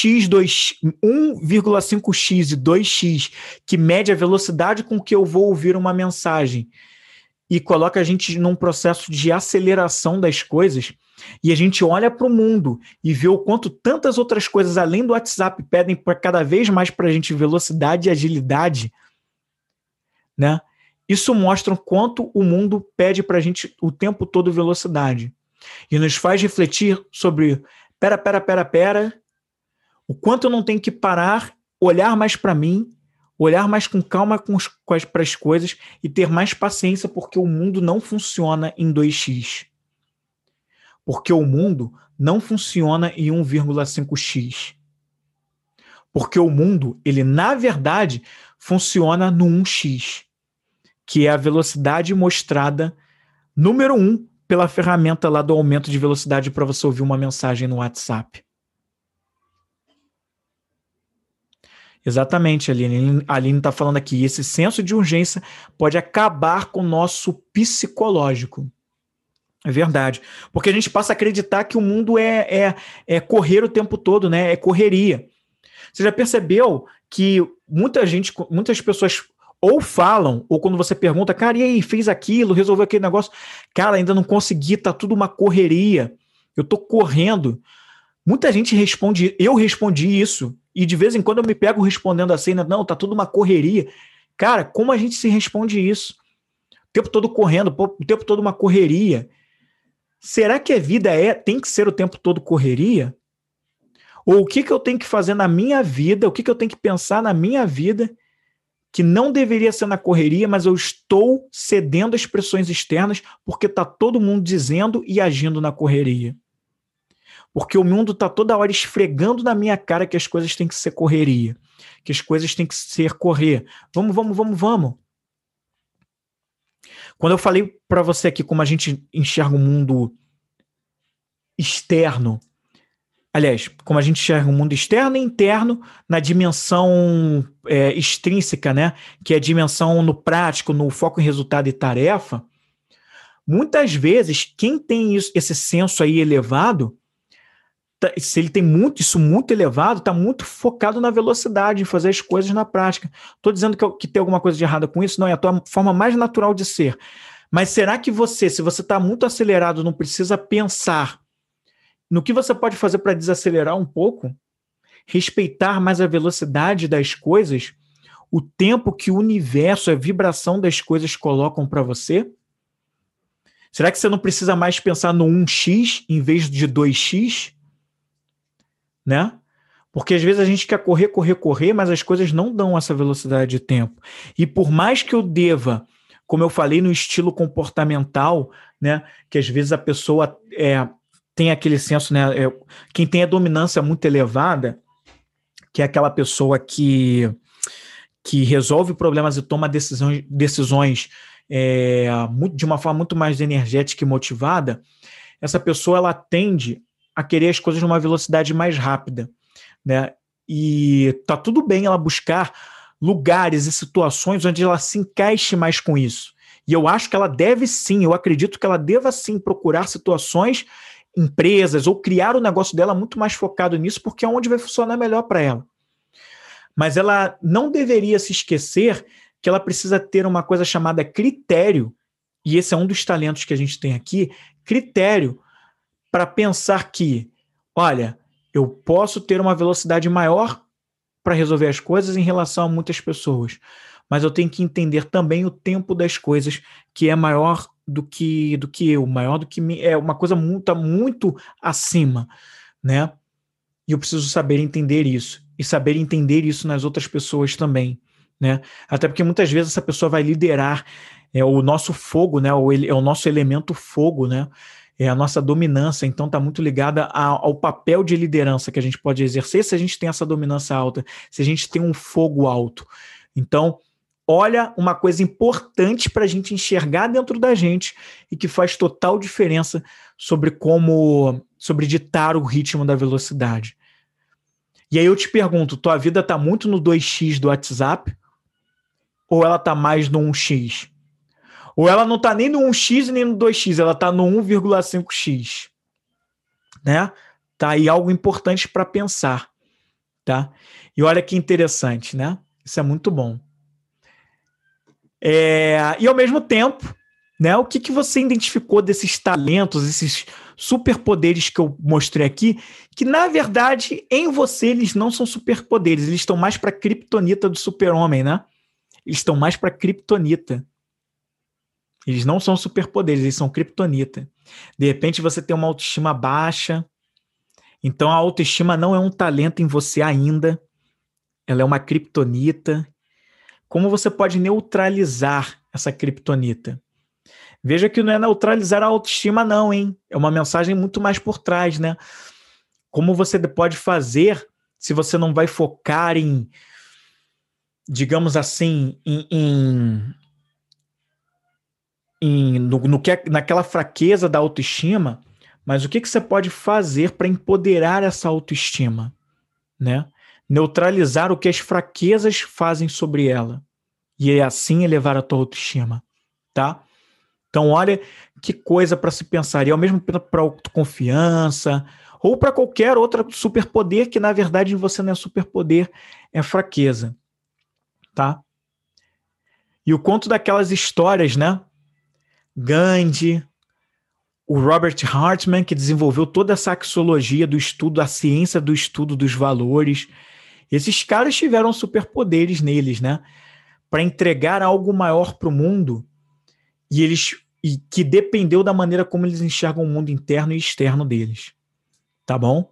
1,5x e 2x, que mede a velocidade com que eu vou ouvir uma mensagem, e coloca a gente num processo de aceleração das coisas, e a gente olha para o mundo e vê o quanto tantas outras coisas além do WhatsApp pedem para cada vez mais para a gente velocidade e agilidade, né? Isso mostra o quanto o mundo pede para a gente o tempo todo velocidade. E nos faz refletir sobre, pera, o quanto eu não tenho que parar, olhar mais para mim, olhar mais com calma para as coisas e ter mais paciência, porque o mundo não funciona em 2x. Porque o mundo não funciona em 1,5x. Porque o mundo, ele na verdade, funciona no 1x, que é a velocidade mostrada, número 1, pela ferramenta lá do aumento de velocidade para você ouvir uma mensagem no WhatsApp. Exatamente, Aline. A Aline está falando aqui. Esse senso de urgência pode acabar com o nosso psicológico. É verdade. Porque a gente passa a acreditar que o mundo é correr o tempo todo, né? É correria. Você já percebeu que muitas pessoas ou falam, ou quando você pergunta, cara, e aí, fez aquilo, resolveu aquele negócio? Cara, ainda não consegui, tá tudo uma correria. Eu tô correndo. Muita gente responde, eu respondi isso, e de vez em quando eu me pego respondendo assim, não, tá tudo uma correria. Cara, como a gente se responde isso? O tempo todo correndo, o tempo todo uma correria. Será que a vida tem que ser o tempo todo correria? Ou o que eu tenho que fazer na minha vida, o que eu tenho que pensar na minha vida, que não deveria ser na correria, mas eu estou cedendo às pressões externas porque está todo mundo dizendo e agindo na correria. Porque o mundo está toda hora esfregando na minha cara que as coisas têm que ser correria, que as coisas têm que ser correr. Vamos. Quando eu falei para você aqui como a gente enxerga o mundo externo, aliás, como a gente enxerga o mundo externo e interno na dimensão extrínseca, né? Que é a dimensão no prático, no foco em resultado e tarefa, muitas vezes quem tem esse senso aí elevado, se ele tem isso muito elevado, está muito focado na velocidade, em fazer as coisas na prática. Estou dizendo que tem alguma coisa de errada com isso? Não, é a tua forma mais natural de ser. Mas será que se você está muito acelerado, não precisa pensar no que você pode fazer para desacelerar um pouco? Respeitar mais a velocidade das coisas? O tempo que o universo, a vibração das coisas colocam para você? Será que você não precisa mais pensar no 1x em vez de 2x? Né? Porque às vezes a gente quer correr, mas as coisas não dão essa velocidade de tempo. E por mais que eu deva, como eu falei no estilo comportamental, né, que às vezes a pessoa tem aquele senso, né? Quem tem a dominância muito elevada, que é aquela pessoa que resolve problemas e toma decisões de uma forma muito mais energética e motivada, essa pessoa ela tende a querer as coisas numa velocidade mais rápida, né? E tá tudo bem ela buscar lugares e situações onde ela se encaixe mais com isso. E eu acho que ela deve sim, eu acredito que ela deva sim procurar situações, empresas, ou criar o negócio dela muito mais focado nisso, porque é onde vai funcionar melhor para ela. Mas ela não deveria se esquecer que ela precisa ter uma coisa chamada critério, e esse é um dos talentos que a gente tem aqui, critério para pensar que, olha, eu posso ter uma velocidade maior para resolver as coisas em relação a muitas pessoas, mas eu tenho que entender também o tempo das coisas, que é maior do que eu, maior do que mim, é uma coisa muito acima, né? E eu preciso saber entender isso, e saber entender isso nas outras pessoas também, né? Até porque muitas vezes essa pessoa vai liderar o nosso fogo, né? É o nosso elemento fogo, né? É a nossa dominância, então está muito ligada ao papel de liderança que a gente pode exercer se a gente tem essa dominância alta, se a gente tem um fogo alto. Então, olha uma coisa importante para a gente enxergar dentro da gente e que faz total diferença sobre ditar o ritmo da velocidade. E aí eu te pergunto, tua vida está muito no 2x do WhatsApp ou ela está mais no 1x? Ou ela não está nem no 1x e nem no 2x, ela está no 1,5x. Né? Tá aí algo importante para pensar. Tá? E olha que interessante, né? Isso é muito bom. E ao mesmo tempo, né, o que você identificou desses talentos, esses superpoderes que eu mostrei aqui, que na verdade em você eles não são superpoderes, eles estão mais para a criptonita do super-homem, né? Eles estão mais para a criptonita. Eles não são superpoderes, eles são criptonita. De repente você tem uma autoestima baixa, então a autoestima não é um talento em você ainda, ela é uma criptonita. Como você pode neutralizar essa criptonita? Veja que não é neutralizar a autoestima não, hein? É uma mensagem muito mais por trás, né? Como você pode fazer se você não vai focar em, digamos assim, naquela fraqueza da autoestima, mas o que você pode fazer para empoderar essa autoestima, né? Neutralizar o que as fraquezas fazem sobre ela e assim elevar a tua autoestima, tá? Então olha que coisa para se pensar, e ao mesmo tempo para autoconfiança ou para qualquer outro superpoder que na verdade você não é superpoder, é fraqueza, tá? E o conto daquelas histórias, né? Gandhi, o Robert Hartman, que desenvolveu toda essa axiologia do estudo, a ciência do estudo dos valores. Esses caras tiveram superpoderes neles, né? Para entregar algo maior para o mundo e que dependeu da maneira como eles enxergam o mundo interno e externo deles. Tá bom?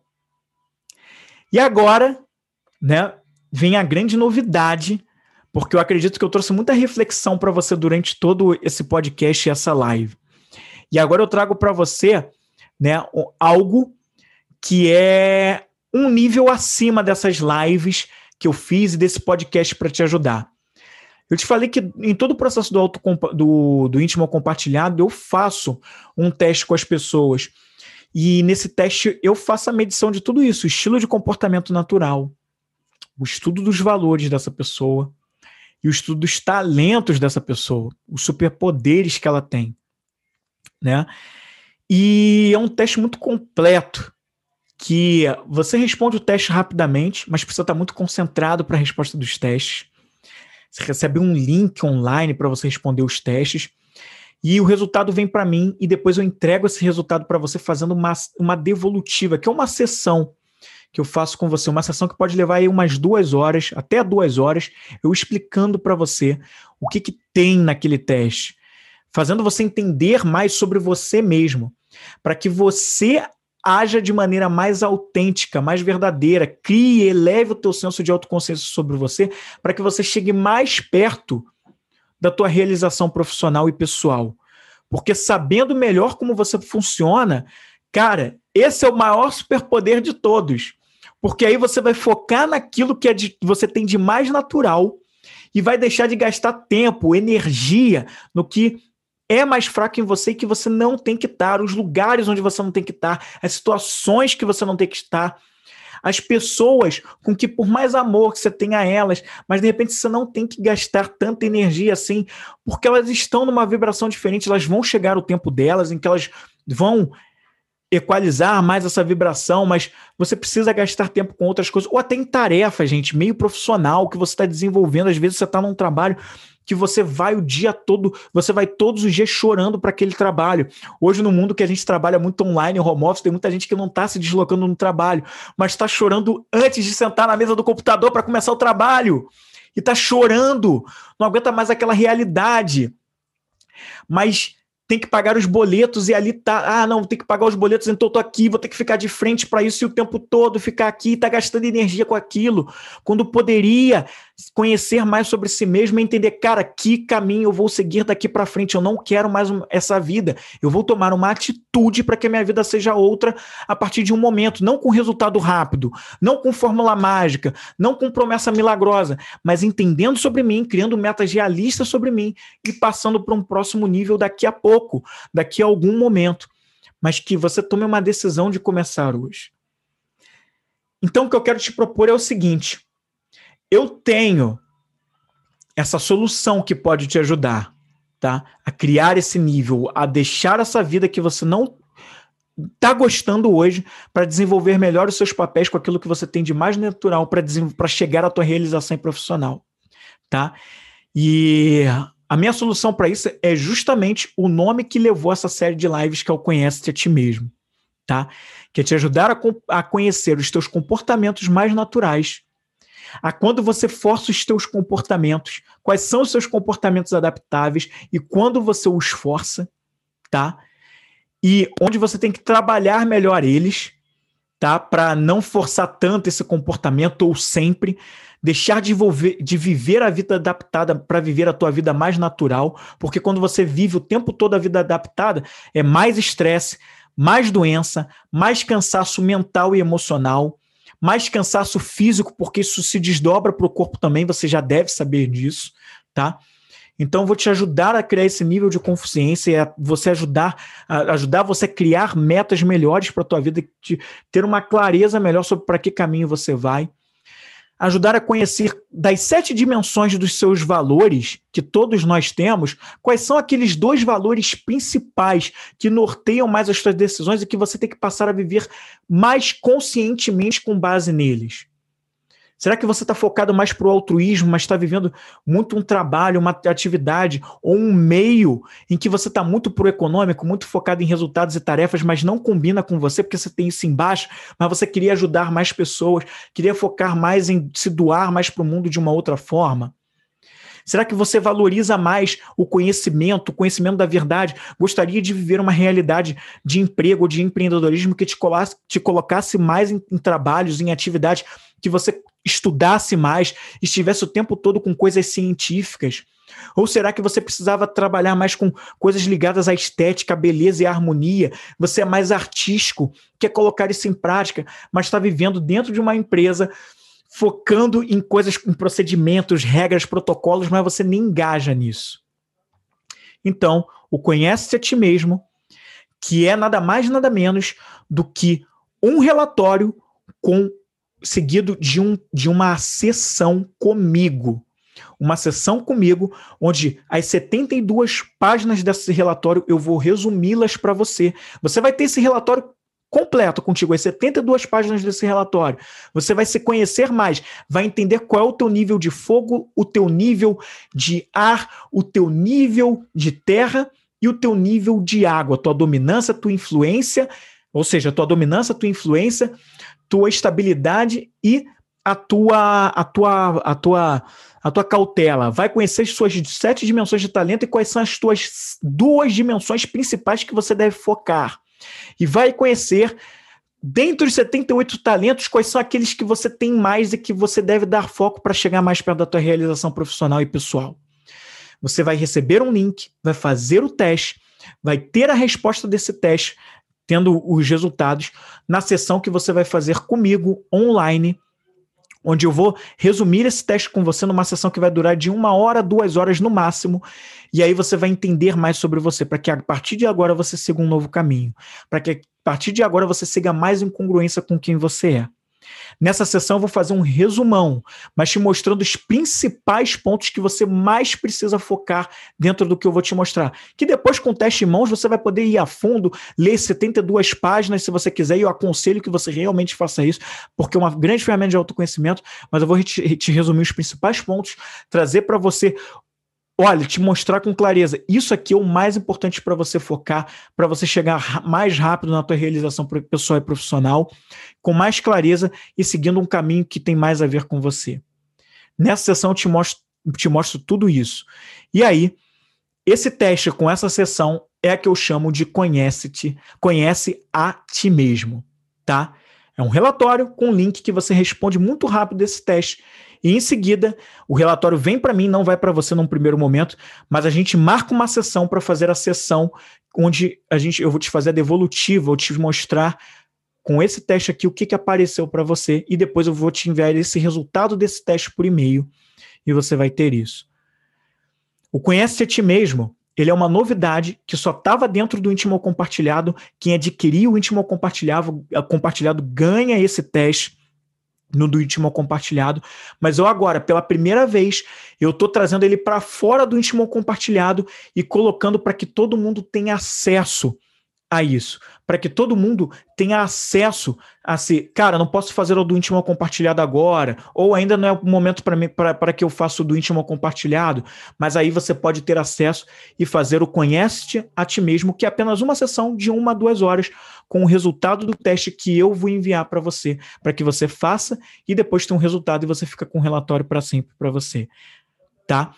E agora, né, vem a grande novidade, porque eu acredito que eu trouxe muita reflexão para você durante todo esse podcast e essa live. E agora eu trago para você, né, algo que é um nível acima dessas lives que eu fiz e desse podcast para te ajudar. Eu te falei que em todo o processo do íntimo compartilhado eu faço um teste com as pessoas. E nesse teste eu faço a medição de tudo isso, o estilo de comportamento natural, o estudo dos valores dessa pessoa e o estudo dos talentos dessa pessoa, os superpoderes que ela tem, né? E é um teste muito completo, que você responde o teste rapidamente, mas precisa estar muito concentrado para a resposta dos testes. Você recebe um link online para você responder os testes e o resultado vem para mim e depois eu entrego esse resultado para você fazendo uma devolutiva, que é uma sessão que eu faço com você, uma sessão que pode levar aí umas 2 horas, até 2 horas, eu explicando para você o que tem naquele teste, fazendo você entender mais sobre você mesmo, para que você haja de maneira mais autêntica, mais verdadeira, crie e eleve o teu senso de autoconsciência sobre você, para que você chegue mais perto da tua realização profissional e pessoal. Porque sabendo melhor como você funciona, cara, Esse é o maior superpoder de todos, porque aí você vai focar naquilo que você tem de mais natural e vai deixar de gastar tempo, energia no que é mais fraco em você e que você não tem que estar, os lugares onde você não tem que estar, as situações que você não tem que estar, as pessoas com que, por mais amor que você tenha a elas, mas de repente você não tem que gastar tanta energia assim, porque elas estão numa vibração diferente, elas vão chegar o tempo delas, em que elas vão equalizar mais essa vibração, mas você precisa gastar tempo com outras coisas, ou até em tarefa, gente, meio profissional, que você está desenvolvendo, às vezes você está num trabalho que você vai o dia todo, você vai todos os dias chorando para aquele trabalho. Hoje, no mundo que a gente trabalha muito online, home office, tem muita gente que não está se deslocando no trabalho, mas está chorando antes de sentar na mesa do computador para começar o trabalho. E está chorando, não aguenta mais aquela realidade. Mas tem que pagar os boletos e ali tá, não, tem que pagar os boletos, então eu tô aqui, vou ter que ficar de frente para isso e o tempo todo ficar aqui, tá gastando energia com aquilo, quando poderia conhecer mais sobre si mesmo e entender, cara, que caminho eu vou seguir daqui para frente, eu não quero mais essa vida, eu vou tomar uma atitude para que a minha vida seja outra a partir de um momento, não com resultado rápido, não com fórmula mágica, não com promessa milagrosa, mas entendendo sobre mim, criando metas realistas sobre mim e passando para um próximo nível daqui a pouco, daqui a algum momento, mas que você tome uma decisão de começar hoje. Então, o que eu quero te propor é o seguinte: eu tenho essa solução que pode te ajudar, tá? A criar esse nível, a deixar essa vida que você não está gostando hoje para desenvolver melhor os seus papéis com aquilo que você tem de mais natural para chegar à tua realização profissional, tá? E a minha solução para isso é justamente o nome que levou essa série de lives, que é o Conhece-te a Ti Mesmo, tá? Que é te ajudar a conhecer os teus comportamentos mais naturais, a quando você força os teus comportamentos, quais são os seus comportamentos adaptáveis e quando você os força, tá? E onde você tem que trabalhar melhor eles, tá? Para não forçar tanto esse comportamento ou sempre, deixar de viver a vida adaptada para viver a tua vida mais natural, porque quando você vive o tempo todo a vida adaptada, é mais estresse, mais doença, mais cansaço mental e emocional, mais cansaço físico, porque isso se desdobra para o corpo também, você já deve saber disso, tá? Então, eu vou te ajudar a criar esse nível de consciência, você ajudar você a criar metas melhores para a tua vida, ter uma clareza melhor sobre para que caminho você vai. Ajudar a conhecer das 7 dimensões dos seus valores, que todos nós temos, quais são aqueles 2 valores principais que norteiam mais as suas decisões e que você tem que passar a viver mais conscientemente com base neles. Será que você está focado mais para o altruísmo, mas está vivendo muito um trabalho, uma atividade ou um meio em que você está muito para o econômico, muito focado em resultados e tarefas, mas não combina com você porque você tem isso embaixo, mas você queria ajudar mais pessoas, queria focar mais em se doar mais para o mundo de uma outra forma? Será que você valoriza mais o conhecimento da verdade? Gostaria de viver uma realidade de emprego, de empreendedorismo que te colocasse mais em trabalhos, em atividades, que você estudasse mais, estivesse o tempo todo com coisas científicas? Ou será que você precisava trabalhar mais com coisas ligadas à estética, à beleza e à harmonia? Você é mais artístico, quer colocar isso em prática, mas está vivendo dentro de uma empresa focando em coisas, em procedimentos, regras, protocolos, mas você nem engaja nisso. Então, o Conhece-te a Ti Mesmo, que é nada mais, nada menos do que um relatório seguido de uma sessão comigo. Uma sessão comigo, onde as 72 páginas desse relatório eu vou resumi-las para você. Você vai ter esse relatório completo contigo, as 72 páginas desse relatório. Você vai se conhecer mais, vai entender qual é o teu nível de fogo, o teu nível de ar, o teu nível de terra e o teu nível de água, tua dominância, tua influência, ou seja, tua dominância, tua influência, tua estabilidade e a tua cautela. Vai conhecer as suas 7 dimensões de talento e quais são as tuas 2 dimensões principais que você deve focar. E vai conhecer, dentre os 78 talentos, quais são aqueles que você tem mais e que você deve dar foco para chegar mais perto da tua realização profissional e pessoal. Você vai receber um link, vai fazer o teste, vai ter a resposta desse teste, tendo os resultados na sessão que você vai fazer comigo online, onde eu vou resumir esse teste com você numa sessão que vai durar de 1 hora, 2 horas no máximo, e aí você vai entender mais sobre você, para que a partir de agora você siga um novo caminho, para que a partir de agora você siga mais em congruência com quem você é. Nessa sessão eu vou fazer um resumão, mas te mostrando os principais pontos que você mais precisa focar dentro do que eu vou te mostrar. Que depois, com o teste em mãos, você vai poder ir a fundo, ler 72 páginas se você quiser, e eu aconselho que você realmente faça isso, porque é uma grande ferramenta de autoconhecimento, mas eu vou te resumir os principais pontos, trazer para você, olha, te mostrar com clareza. Isso aqui é o mais importante para você focar, para você chegar mais rápido na tua realização pessoal e profissional, com mais clareza e seguindo um caminho que tem mais a ver com você. Nessa sessão eu te mostro tudo isso. E aí, esse teste com essa sessão é a que eu chamo de conhece a ti mesmo, tá? É um relatório com link que você responde muito rápido esse teste. E em seguida, o relatório vem para mim, não vai para você num primeiro momento, mas a gente marca uma sessão para fazer a sessão onde eu vou te fazer a devolutiva, vou te mostrar com esse teste aqui o que apareceu para você, e depois eu vou te enviar esse resultado desse teste por e-mail e você vai ter isso. O Conhece a Ti Mesmo, ele é uma novidade que só estava dentro do Íntimo Compartilhado. Quem adquirir o Íntimo Compartilhado ganha esse teste do Íntimo Compartilhado, mas eu agora, pela primeira vez, eu estou trazendo ele para fora do Íntimo Compartilhado e colocando para que todo mundo tenha acesso a isso, para que todo mundo tenha acesso a cara, não posso fazer o do Íntimo Compartilhado agora, ou ainda não é o momento para que eu faça o do Íntimo Compartilhado, mas aí você pode ter acesso e fazer o Conhece a Ti Mesmo, que é apenas uma sessão de 1 a 2 horas, com o resultado do teste que eu vou enviar para você, para que você faça e depois tem um resultado e você fica com um relatório para sempre para você, tá?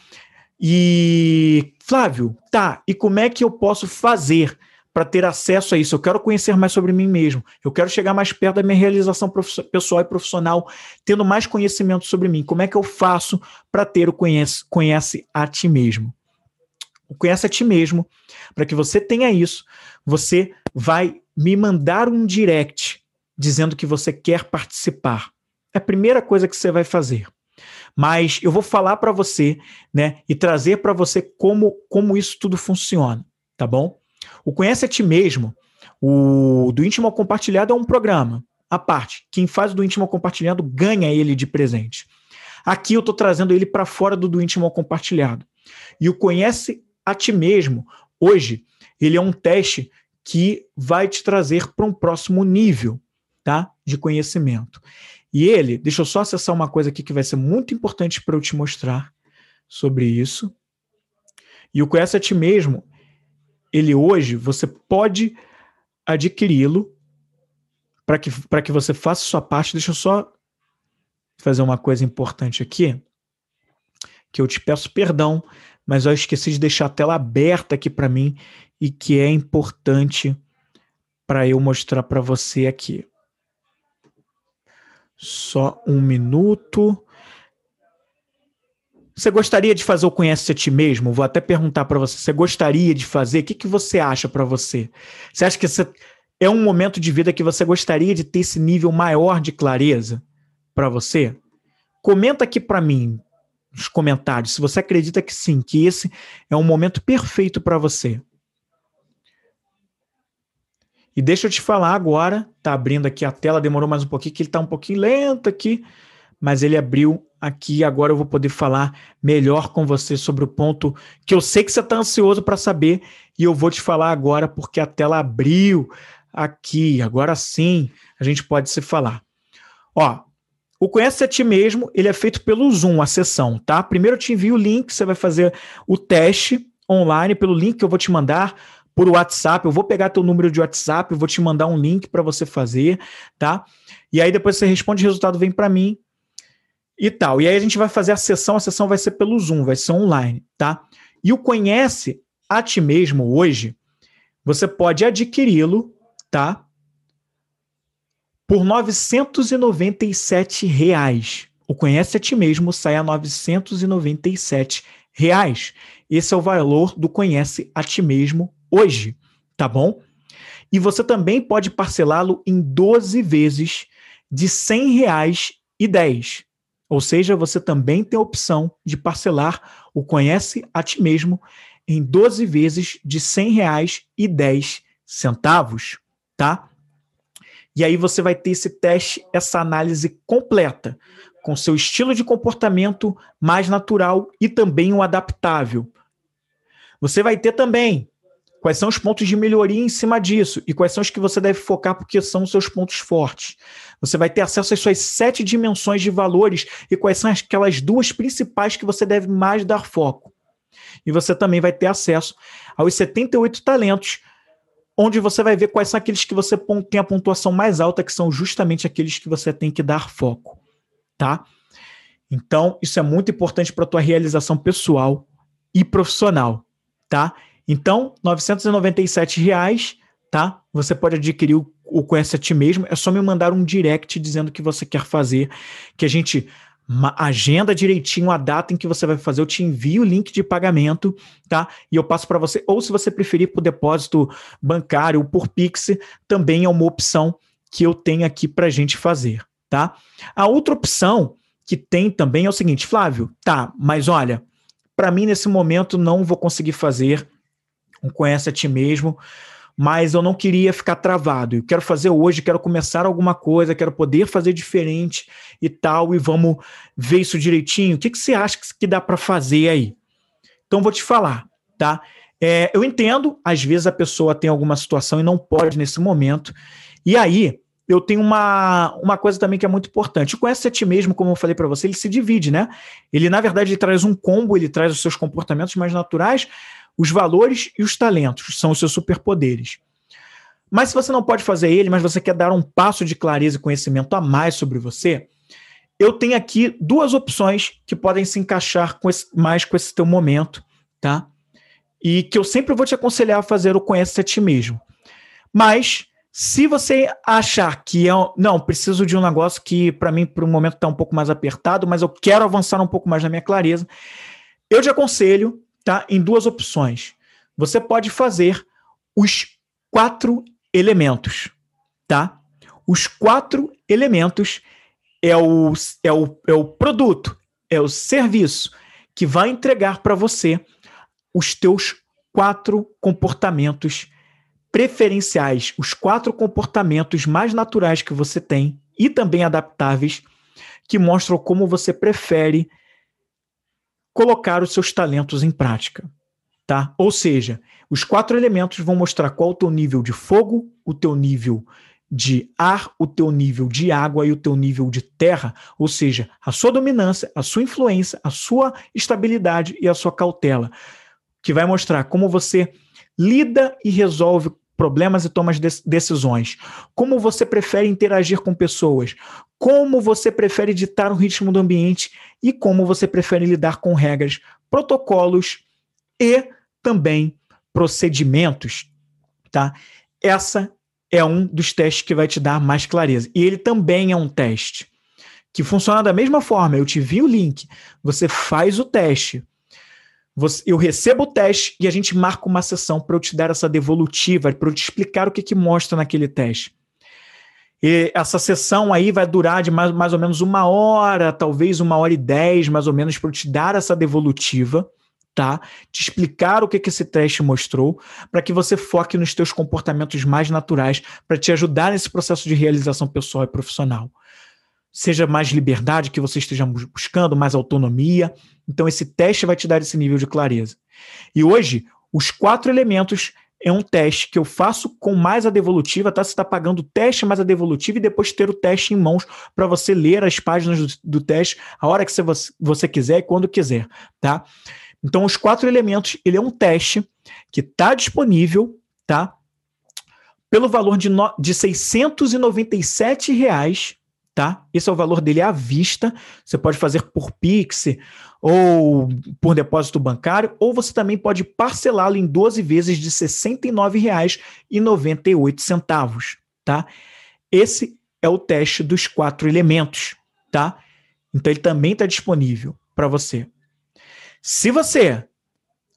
E, Flávio, tá, e como é que eu posso fazer para ter acesso a isso? Eu quero conhecer mais sobre mim mesmo, eu quero chegar mais perto da minha realização pessoal e profissional, tendo mais conhecimento sobre mim. Como é que eu faço para ter o Conhece a Ti Mesmo? O Conhece a Ti Mesmo, para que você tenha isso, você vai me mandar um direct dizendo que você quer participar. É a primeira coisa que você vai fazer. Mas eu vou falar para você, né, e trazer para você como isso tudo funciona, tá bom? O Conhece a Ti Mesmo, o do Íntimo Compartilhado, é um programa à parte. Quem faz o do Íntimo Compartilhado ganha ele de presente. Aqui eu estou trazendo ele para fora do Íntimo Compartilhado. E o Conhece a Ti Mesmo, hoje, ele é um teste que vai te trazer para um próximo nível, tá, de conhecimento. E ele, deixa eu só acessar uma coisa aqui que vai ser muito importante para eu te mostrar sobre isso. E o Conhece a Ti Mesmo, ele hoje, você pode adquiri-lo para que você faça a sua parte. Deixa eu só fazer uma coisa importante aqui, que eu te peço perdão, mas eu esqueci de deixar a tela aberta aqui para mim e que é importante para eu mostrar para você aqui. Só um minuto. Você gostaria de fazer o Conhece a Ti Mesmo? Vou até perguntar para você. Você gostaria de fazer? O que você acha para você? Você acha que é um momento de vida que você gostaria de ter esse nível maior de clareza para você? Comenta aqui para mim nos comentários se você acredita que sim, que esse é um momento perfeito para você. E deixa eu te falar agora, tá abrindo aqui a tela, demorou mais um pouquinho, que ele tá um pouquinho lento aqui, mas ele abriu aqui, agora eu vou poder falar melhor com você sobre o ponto que eu sei que você tá ansioso para saber, e eu vou te falar agora porque a tela abriu aqui, agora sim a gente pode se falar. Ó, o Conhece a Ti Mesmo, ele é feito pelo Zoom, a sessão, tá? Primeiro eu te envio o link, você vai fazer o teste online pelo link que eu vou te mandar por WhatsApp. Eu vou pegar teu número de WhatsApp, eu vou te mandar um link para você fazer, tá? E aí depois você responde, o resultado vem para mim e tal. E aí a gente vai fazer a sessão vai ser pelo Zoom, vai ser online, tá? E o Conhece a Ti Mesmo hoje, você pode adquiri-lo, tá? Por R$ 997. O Conhece a Ti Mesmo sai a R$ 997. Esse é o valor do Conhece a Ti Mesmo hoje, tá bom? E você também pode parcelá-lo em 12 vezes de R$ 100,10. Ou seja, você também tem a opção de parcelar o Conhece a Ti Mesmo em 12 vezes de R$ 100,10, tá? E aí você vai ter esse teste, essa análise completa, com seu estilo de comportamento mais natural e também o adaptável. Você vai ter também quais são os pontos de melhoria em cima disso e quais são os que você deve focar porque são os seus pontos fortes. Você vai ter acesso às suas 7 dimensões de valores e quais são aquelas 2 principais que você deve mais dar foco. E você também vai ter acesso aos 78 talentos, onde você vai ver quais são aqueles que você tem a pontuação mais alta, que são justamente aqueles que você tem que dar foco, tá? Então, isso é muito importante para a tua realização pessoal e profissional, tá? Então, R$ 997, tá? Você pode adquirir o Conhece a Ti Mesmo. É só me mandar um direct dizendo que você quer fazer, que a gente agenda direitinho a data em que você vai fazer. Eu te envio o link de pagamento, tá? E eu passo para você. Ou se você preferir por depósito bancário ou por Pix, também é uma opção que eu tenho aqui para a gente fazer, tá? A outra opção que tem também é o seguinte, Flávio, tá, mas olha, para mim nesse momento não vou conseguir fazer um Conhece a Ti Mesmo, mas eu não queria ficar travado. Eu quero fazer hoje, quero começar alguma coisa, quero poder fazer diferente e tal, e vamos ver isso direitinho. O que você acha que dá para fazer aí? Então, vou te falar, tá? Eu entendo, às vezes a pessoa tem alguma situação e não pode nesse momento, e aí eu tenho uma coisa também que é muito importante. O Conhece a Ti Mesmo, como eu falei para você, ele se divide, né? Ele, na verdade, ele traz um combo, ele traz os seus comportamentos mais naturais, os valores e os talentos, são os seus superpoderes. Mas se você não pode fazer ele, mas você quer dar um passo de clareza e conhecimento a mais sobre você, eu tenho aqui 2 opções que podem se encaixar mais com esse teu momento, tá? E que eu sempre vou te aconselhar a fazer o Conhece a Ti Mesmo. Mas, se você achar que não, preciso de um negócio que para mim, por um momento, está um pouco mais apertado, mas eu quero avançar um pouco mais na minha clareza, eu te aconselho, tá, em 2 opções. Você pode fazer os 4 elementos, tá? Os 4 elementos é o produto, é o serviço que vai entregar para você os teus 4 comportamentos preferenciais, os 4 comportamentos mais naturais que você tem e também adaptáveis, que mostram como você prefere colocar os seus talentos em prática, tá? Ou seja, os 4 elementos vão mostrar qual o teu nível de fogo, o teu nível de ar, o teu nível de água e o teu nível de terra, ou seja, a sua dominância, a sua influência, a sua estabilidade e a sua cautela, que vai mostrar como você lida e resolve problemas e toma decisões, como você prefere interagir com pessoas, como você prefere ditar o ritmo do ambiente e como você prefere lidar com regras, protocolos e também procedimentos, tá? Essa é um dos testes que vai te dar mais clareza. E ele também é um teste que funciona da mesma forma. Eu te envio o link, você faz o teste, eu recebo o teste e a gente marca uma sessão para eu te dar essa devolutiva, para eu te explicar o que mostra naquele teste. E essa sessão aí vai durar de mais ou menos 1 hora, talvez 1h10, mais ou menos, para eu te dar essa devolutiva, tá? Te explicar o que esse teste mostrou, para que você foque nos teus comportamentos mais naturais, para te ajudar nesse processo de realização pessoal e profissional. Seja mais liberdade que você esteja buscando, mais autonomia. Então, esse teste vai te dar esse nível de clareza. E hoje, os 4 elementos é um teste que eu faço com mais a devolutiva, tá? Você está pagando o teste mais a devolutiva e depois ter o teste em mãos para você ler as páginas do teste a hora que você quiser e quando quiser, tá? Então, os 4 elementos, ele é um teste que está disponível, tá? Pelo valor de R$ 697, tá? Esse é o valor dele à vista. Você pode fazer por Pix ou por depósito bancário, ou você também pode parcelá-lo em 12 vezes de R$ 69,98, tá? Esse é o teste dos 4 elementos, tá? Então ele também está disponível para você. Se você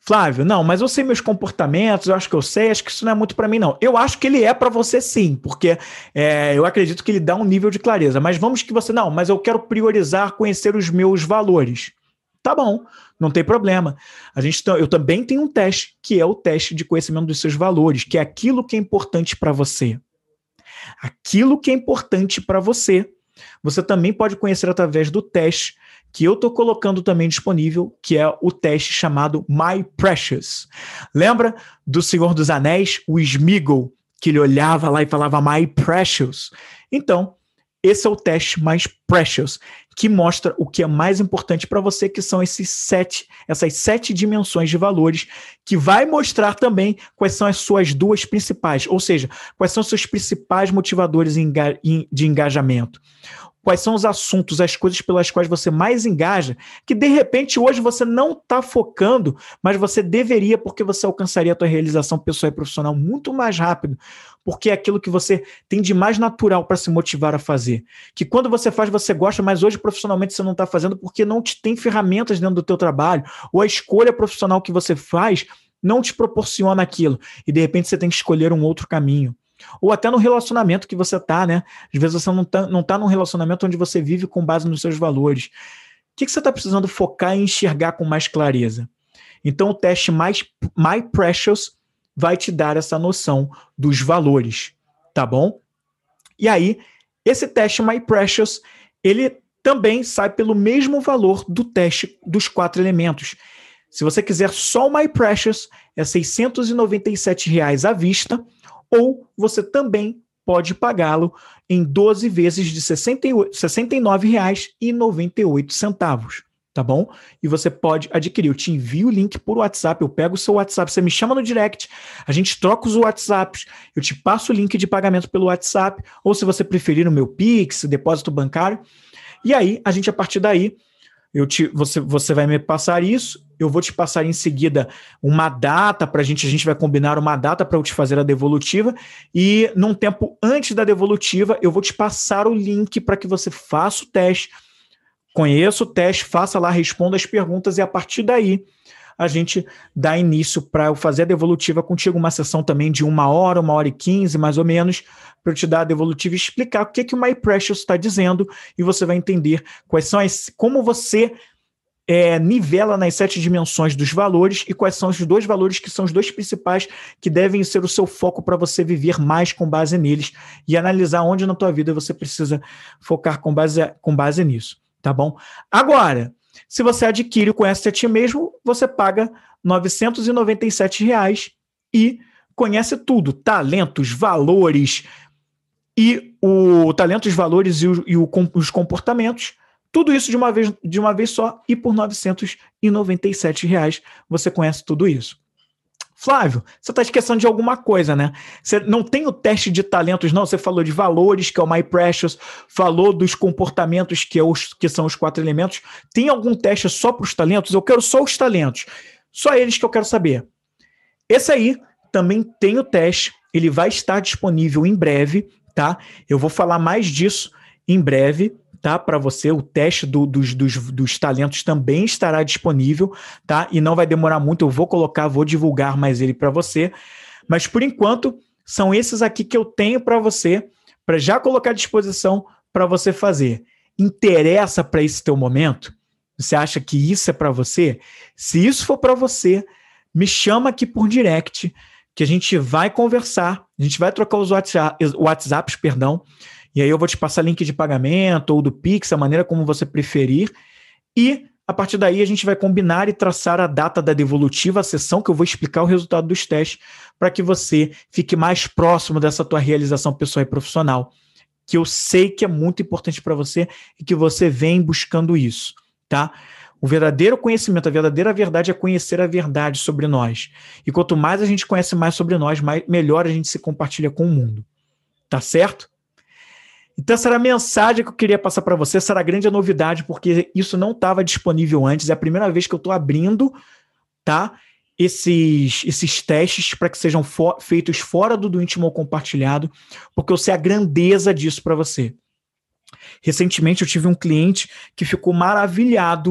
Flávio, não, mas eu sei meus comportamentos, eu acho que eu sei, acho que isso não é muito para mim, não. Eu acho que ele é para você sim, porque eu acredito que ele dá um nível de clareza, mas vamos que você, não, mas eu quero priorizar conhecer os meus valores. Tá bom, não tem problema. Eu também tenho um teste, que é o teste de conhecimento dos seus valores, que é aquilo que é importante para você. Aquilo que é importante para você, você também pode conhecer através do teste, que eu estou colocando também disponível, que é o teste chamado My Precious. Lembra do Senhor dos Anéis, o Sméagol, que ele olhava lá e falava My Precious? Então, esse é o teste Mais Precious, que mostra o que é mais importante para você, que são essas 7 dimensões de valores, que vai mostrar também quais são as suas 2 principais, ou seja, quais são os seus principais motivadores de engajamento. Quais são os assuntos, as coisas pelas quais você mais engaja, que de repente hoje você não está focando, mas você deveria, porque você alcançaria a tua realização pessoal e profissional muito mais rápido, porque é aquilo que você tem de mais natural para se motivar a fazer. Que quando você faz, você gosta, mas hoje profissionalmente você não está fazendo porque não te tem ferramentas dentro do teu trabalho, ou a escolha profissional que você faz não te proporciona aquilo, e de repente você tem que escolher um outro caminho. Ou até no relacionamento que você tá, né? Às vezes você não tá num relacionamento onde você vive com base nos seus valores. O que você está precisando focar e enxergar com mais clareza? Então o teste My Precious vai te dar essa noção dos valores, tá bom? E aí, esse teste My Precious, ele também sai pelo mesmo valor do teste dos 4 elementos. Se você quiser só o My Precious, é R$ 697 à vista, ou você também pode pagá-lo em 12 vezes de R$ 69,98, tá bom? E você pode adquirir. Eu te envio o link por WhatsApp, eu pego o seu WhatsApp, você me chama no direct, a gente troca os WhatsApps, eu te passo o link de pagamento pelo WhatsApp, ou se você preferir no meu Pix, depósito bancário, e aí, a gente, a partir daí, você vai me passar isso, eu vou te passar em seguida uma data a gente vai combinar uma data para eu te fazer a devolutiva, e num tempo antes da devolutiva eu vou te passar o link para que você faça o teste, conheça o teste, faça lá, responda as perguntas, e a partir daí a gente dá início para eu fazer a devolutiva contigo, uma sessão também de 1 hora e 15, mais ou menos, para eu te dar a devolutiva e explicar o que o My Precious está dizendo, e você vai entender como você nivela nas 7 dimensões dos valores e quais são os 2 valores que são os 2 principais que devem ser o seu foco para você viver mais com base neles e analisar onde na tua vida você precisa focar com base nisso, tá bom? Agora, se você adquire o Conhece a Ti Mesmo, você paga R$ 997 e conhece tudo, talentos, valores e os comportamentos, tudo isso de uma vez só, e por R$ 997 você conhece tudo isso. Flávio, você está esquecendo de alguma coisa, né? Você não tem o teste de talentos, não. Você falou de valores, que é o My Precious, falou dos comportamentos, que são os 4 elementos. Tem algum teste só para os talentos? Eu quero só os talentos. Só eles que eu quero saber. Esse aí também tem o teste. Ele vai estar disponível em breve, tá? Eu vou falar mais disso em breve, tá? Para você, o teste dos talentos também estará disponível, tá? E não vai demorar muito, vou divulgar mais ele para você. Mas por enquanto, são esses aqui que eu tenho para você, para já colocar à disposição para você fazer. Interessa para esse teu momento? Você acha que isso é para você? Se isso for para você, me chama aqui por direct, que a gente vai conversar, a gente vai trocar os WhatsApps, e aí eu vou te passar link de pagamento ou do Pix, a maneira como você preferir, e a partir daí a gente vai combinar e traçar a data da devolutiva, a sessão que eu vou explicar o resultado dos testes, para que você fique mais próximo dessa tua realização pessoal e profissional, que eu sei que é muito importante para você e que você vem buscando isso, tá? O verdadeiro conhecimento, a verdadeira verdade é conhecer a verdade sobre nós. E quanto mais a gente conhece mais sobre nós, melhor a gente se compartilha com o mundo. Tá certo? Então essa era a mensagem que eu queria passar para você, essa era a grande novidade, porque isso não estava disponível antes, é a primeira vez que eu estou abrindo, tá, esses testes para que sejam feitos fora do íntimo ou compartilhado, porque eu sei a grandeza disso para você. Recentemente eu tive um cliente que ficou maravilhado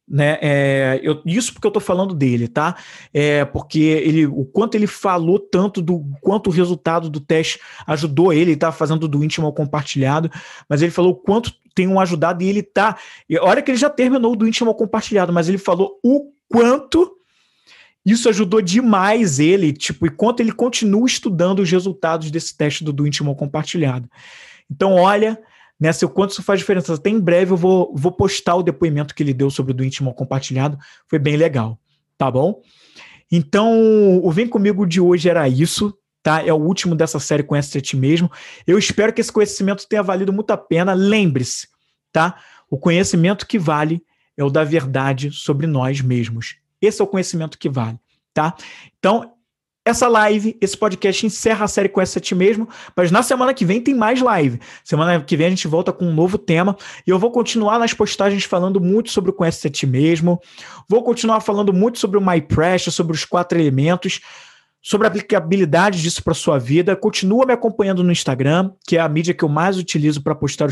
né? Isso porque eu tô falando dele, tá? Porque o quanto ele falou tanto do quanto o resultado do teste ajudou ele tá fazendo do íntimo ao compartilhado, mas ele falou o quanto tem um ajudado e ele tá. E olha que ele já terminou do íntimo ao compartilhado, mas ele falou o quanto isso ajudou demais ele, tipo, e quanto ele continua estudando os resultados desse teste do íntimo ao compartilhado. Então, olha, né, o quanto isso faz diferença. Até em breve eu vou postar o depoimento que ele deu sobre o do íntimo ao compartilhado. Foi bem legal, tá bom? Então, o Vem Comigo de hoje era isso, tá? É o último dessa série Conhece-te a Ti Mesmo. Eu espero que esse conhecimento tenha valido muito a pena. Lembre-se, tá? O conhecimento que vale é o da verdade sobre nós mesmos. Esse é o conhecimento que vale, tá? Então, essa live, esse podcast encerra a série Conhece-te a Ti Mesmo, mas na semana que vem tem mais live. Semana que vem a gente volta com um novo tema e eu vou continuar nas postagens falando muito sobre o Conhece-te a Ti Mesmo, vou continuar falando muito sobre o My Precious, sobre os 4 elementos, sobre a aplicabilidade disso para sua vida. Continua me acompanhando no Instagram, que é a mídia que eu mais utilizo para postar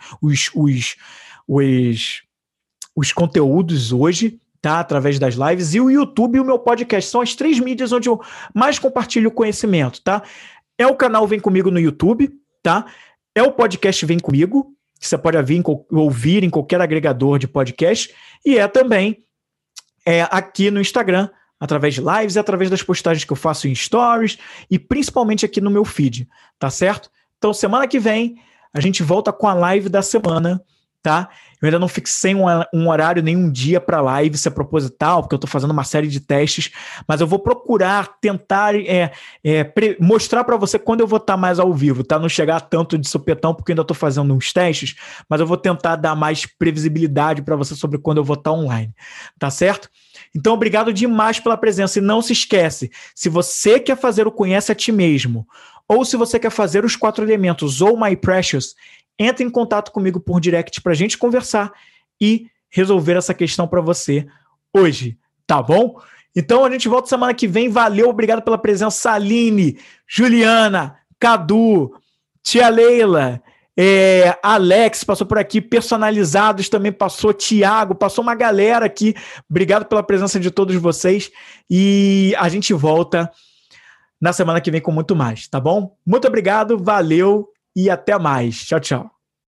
os conteúdos hoje, tá? Através das lives, e o YouTube e o meu podcast. São as 3 mídias onde eu mais compartilho conhecimento, tá? É o canal Vem Comigo no YouTube, tá? É o podcast Vem Comigo, que você pode ouvir em qualquer agregador de podcast, e é também aqui no Instagram, através de lives e através das postagens que eu faço em stories, e principalmente aqui no meu feed, tá certo? Então, semana que vem, a gente volta com a live da semana, tá? Eu ainda não fixei um horário, nenhum dia para live, isso é proposital, porque eu estou fazendo uma série de testes, mas eu vou procurar tentar mostrar para você quando eu vou estar mais ao vivo, tá? Não chegar tanto de supetão, porque eu ainda estou fazendo uns testes, mas eu vou tentar dar mais previsibilidade para você sobre quando eu vou estar online, tá certo? Então, obrigado demais pela presença, e não se esquece, se você quer fazer o Conhece a Ti Mesmo, ou se você quer fazer os 4 elementos, ou My Precious, entre em contato comigo por direct para a gente conversar e resolver essa questão para você hoje, tá bom? Então a gente volta semana que vem. Valeu, obrigado pela presença, Aline, Juliana, Cadu, Tia Leila, Alex passou por aqui, Personalizados também passou, Tiago, passou uma galera aqui. Obrigado pela presença de todos vocês e a gente volta na semana que vem com muito mais, tá bom? Muito obrigado, valeu e até mais. Tchau, tchau.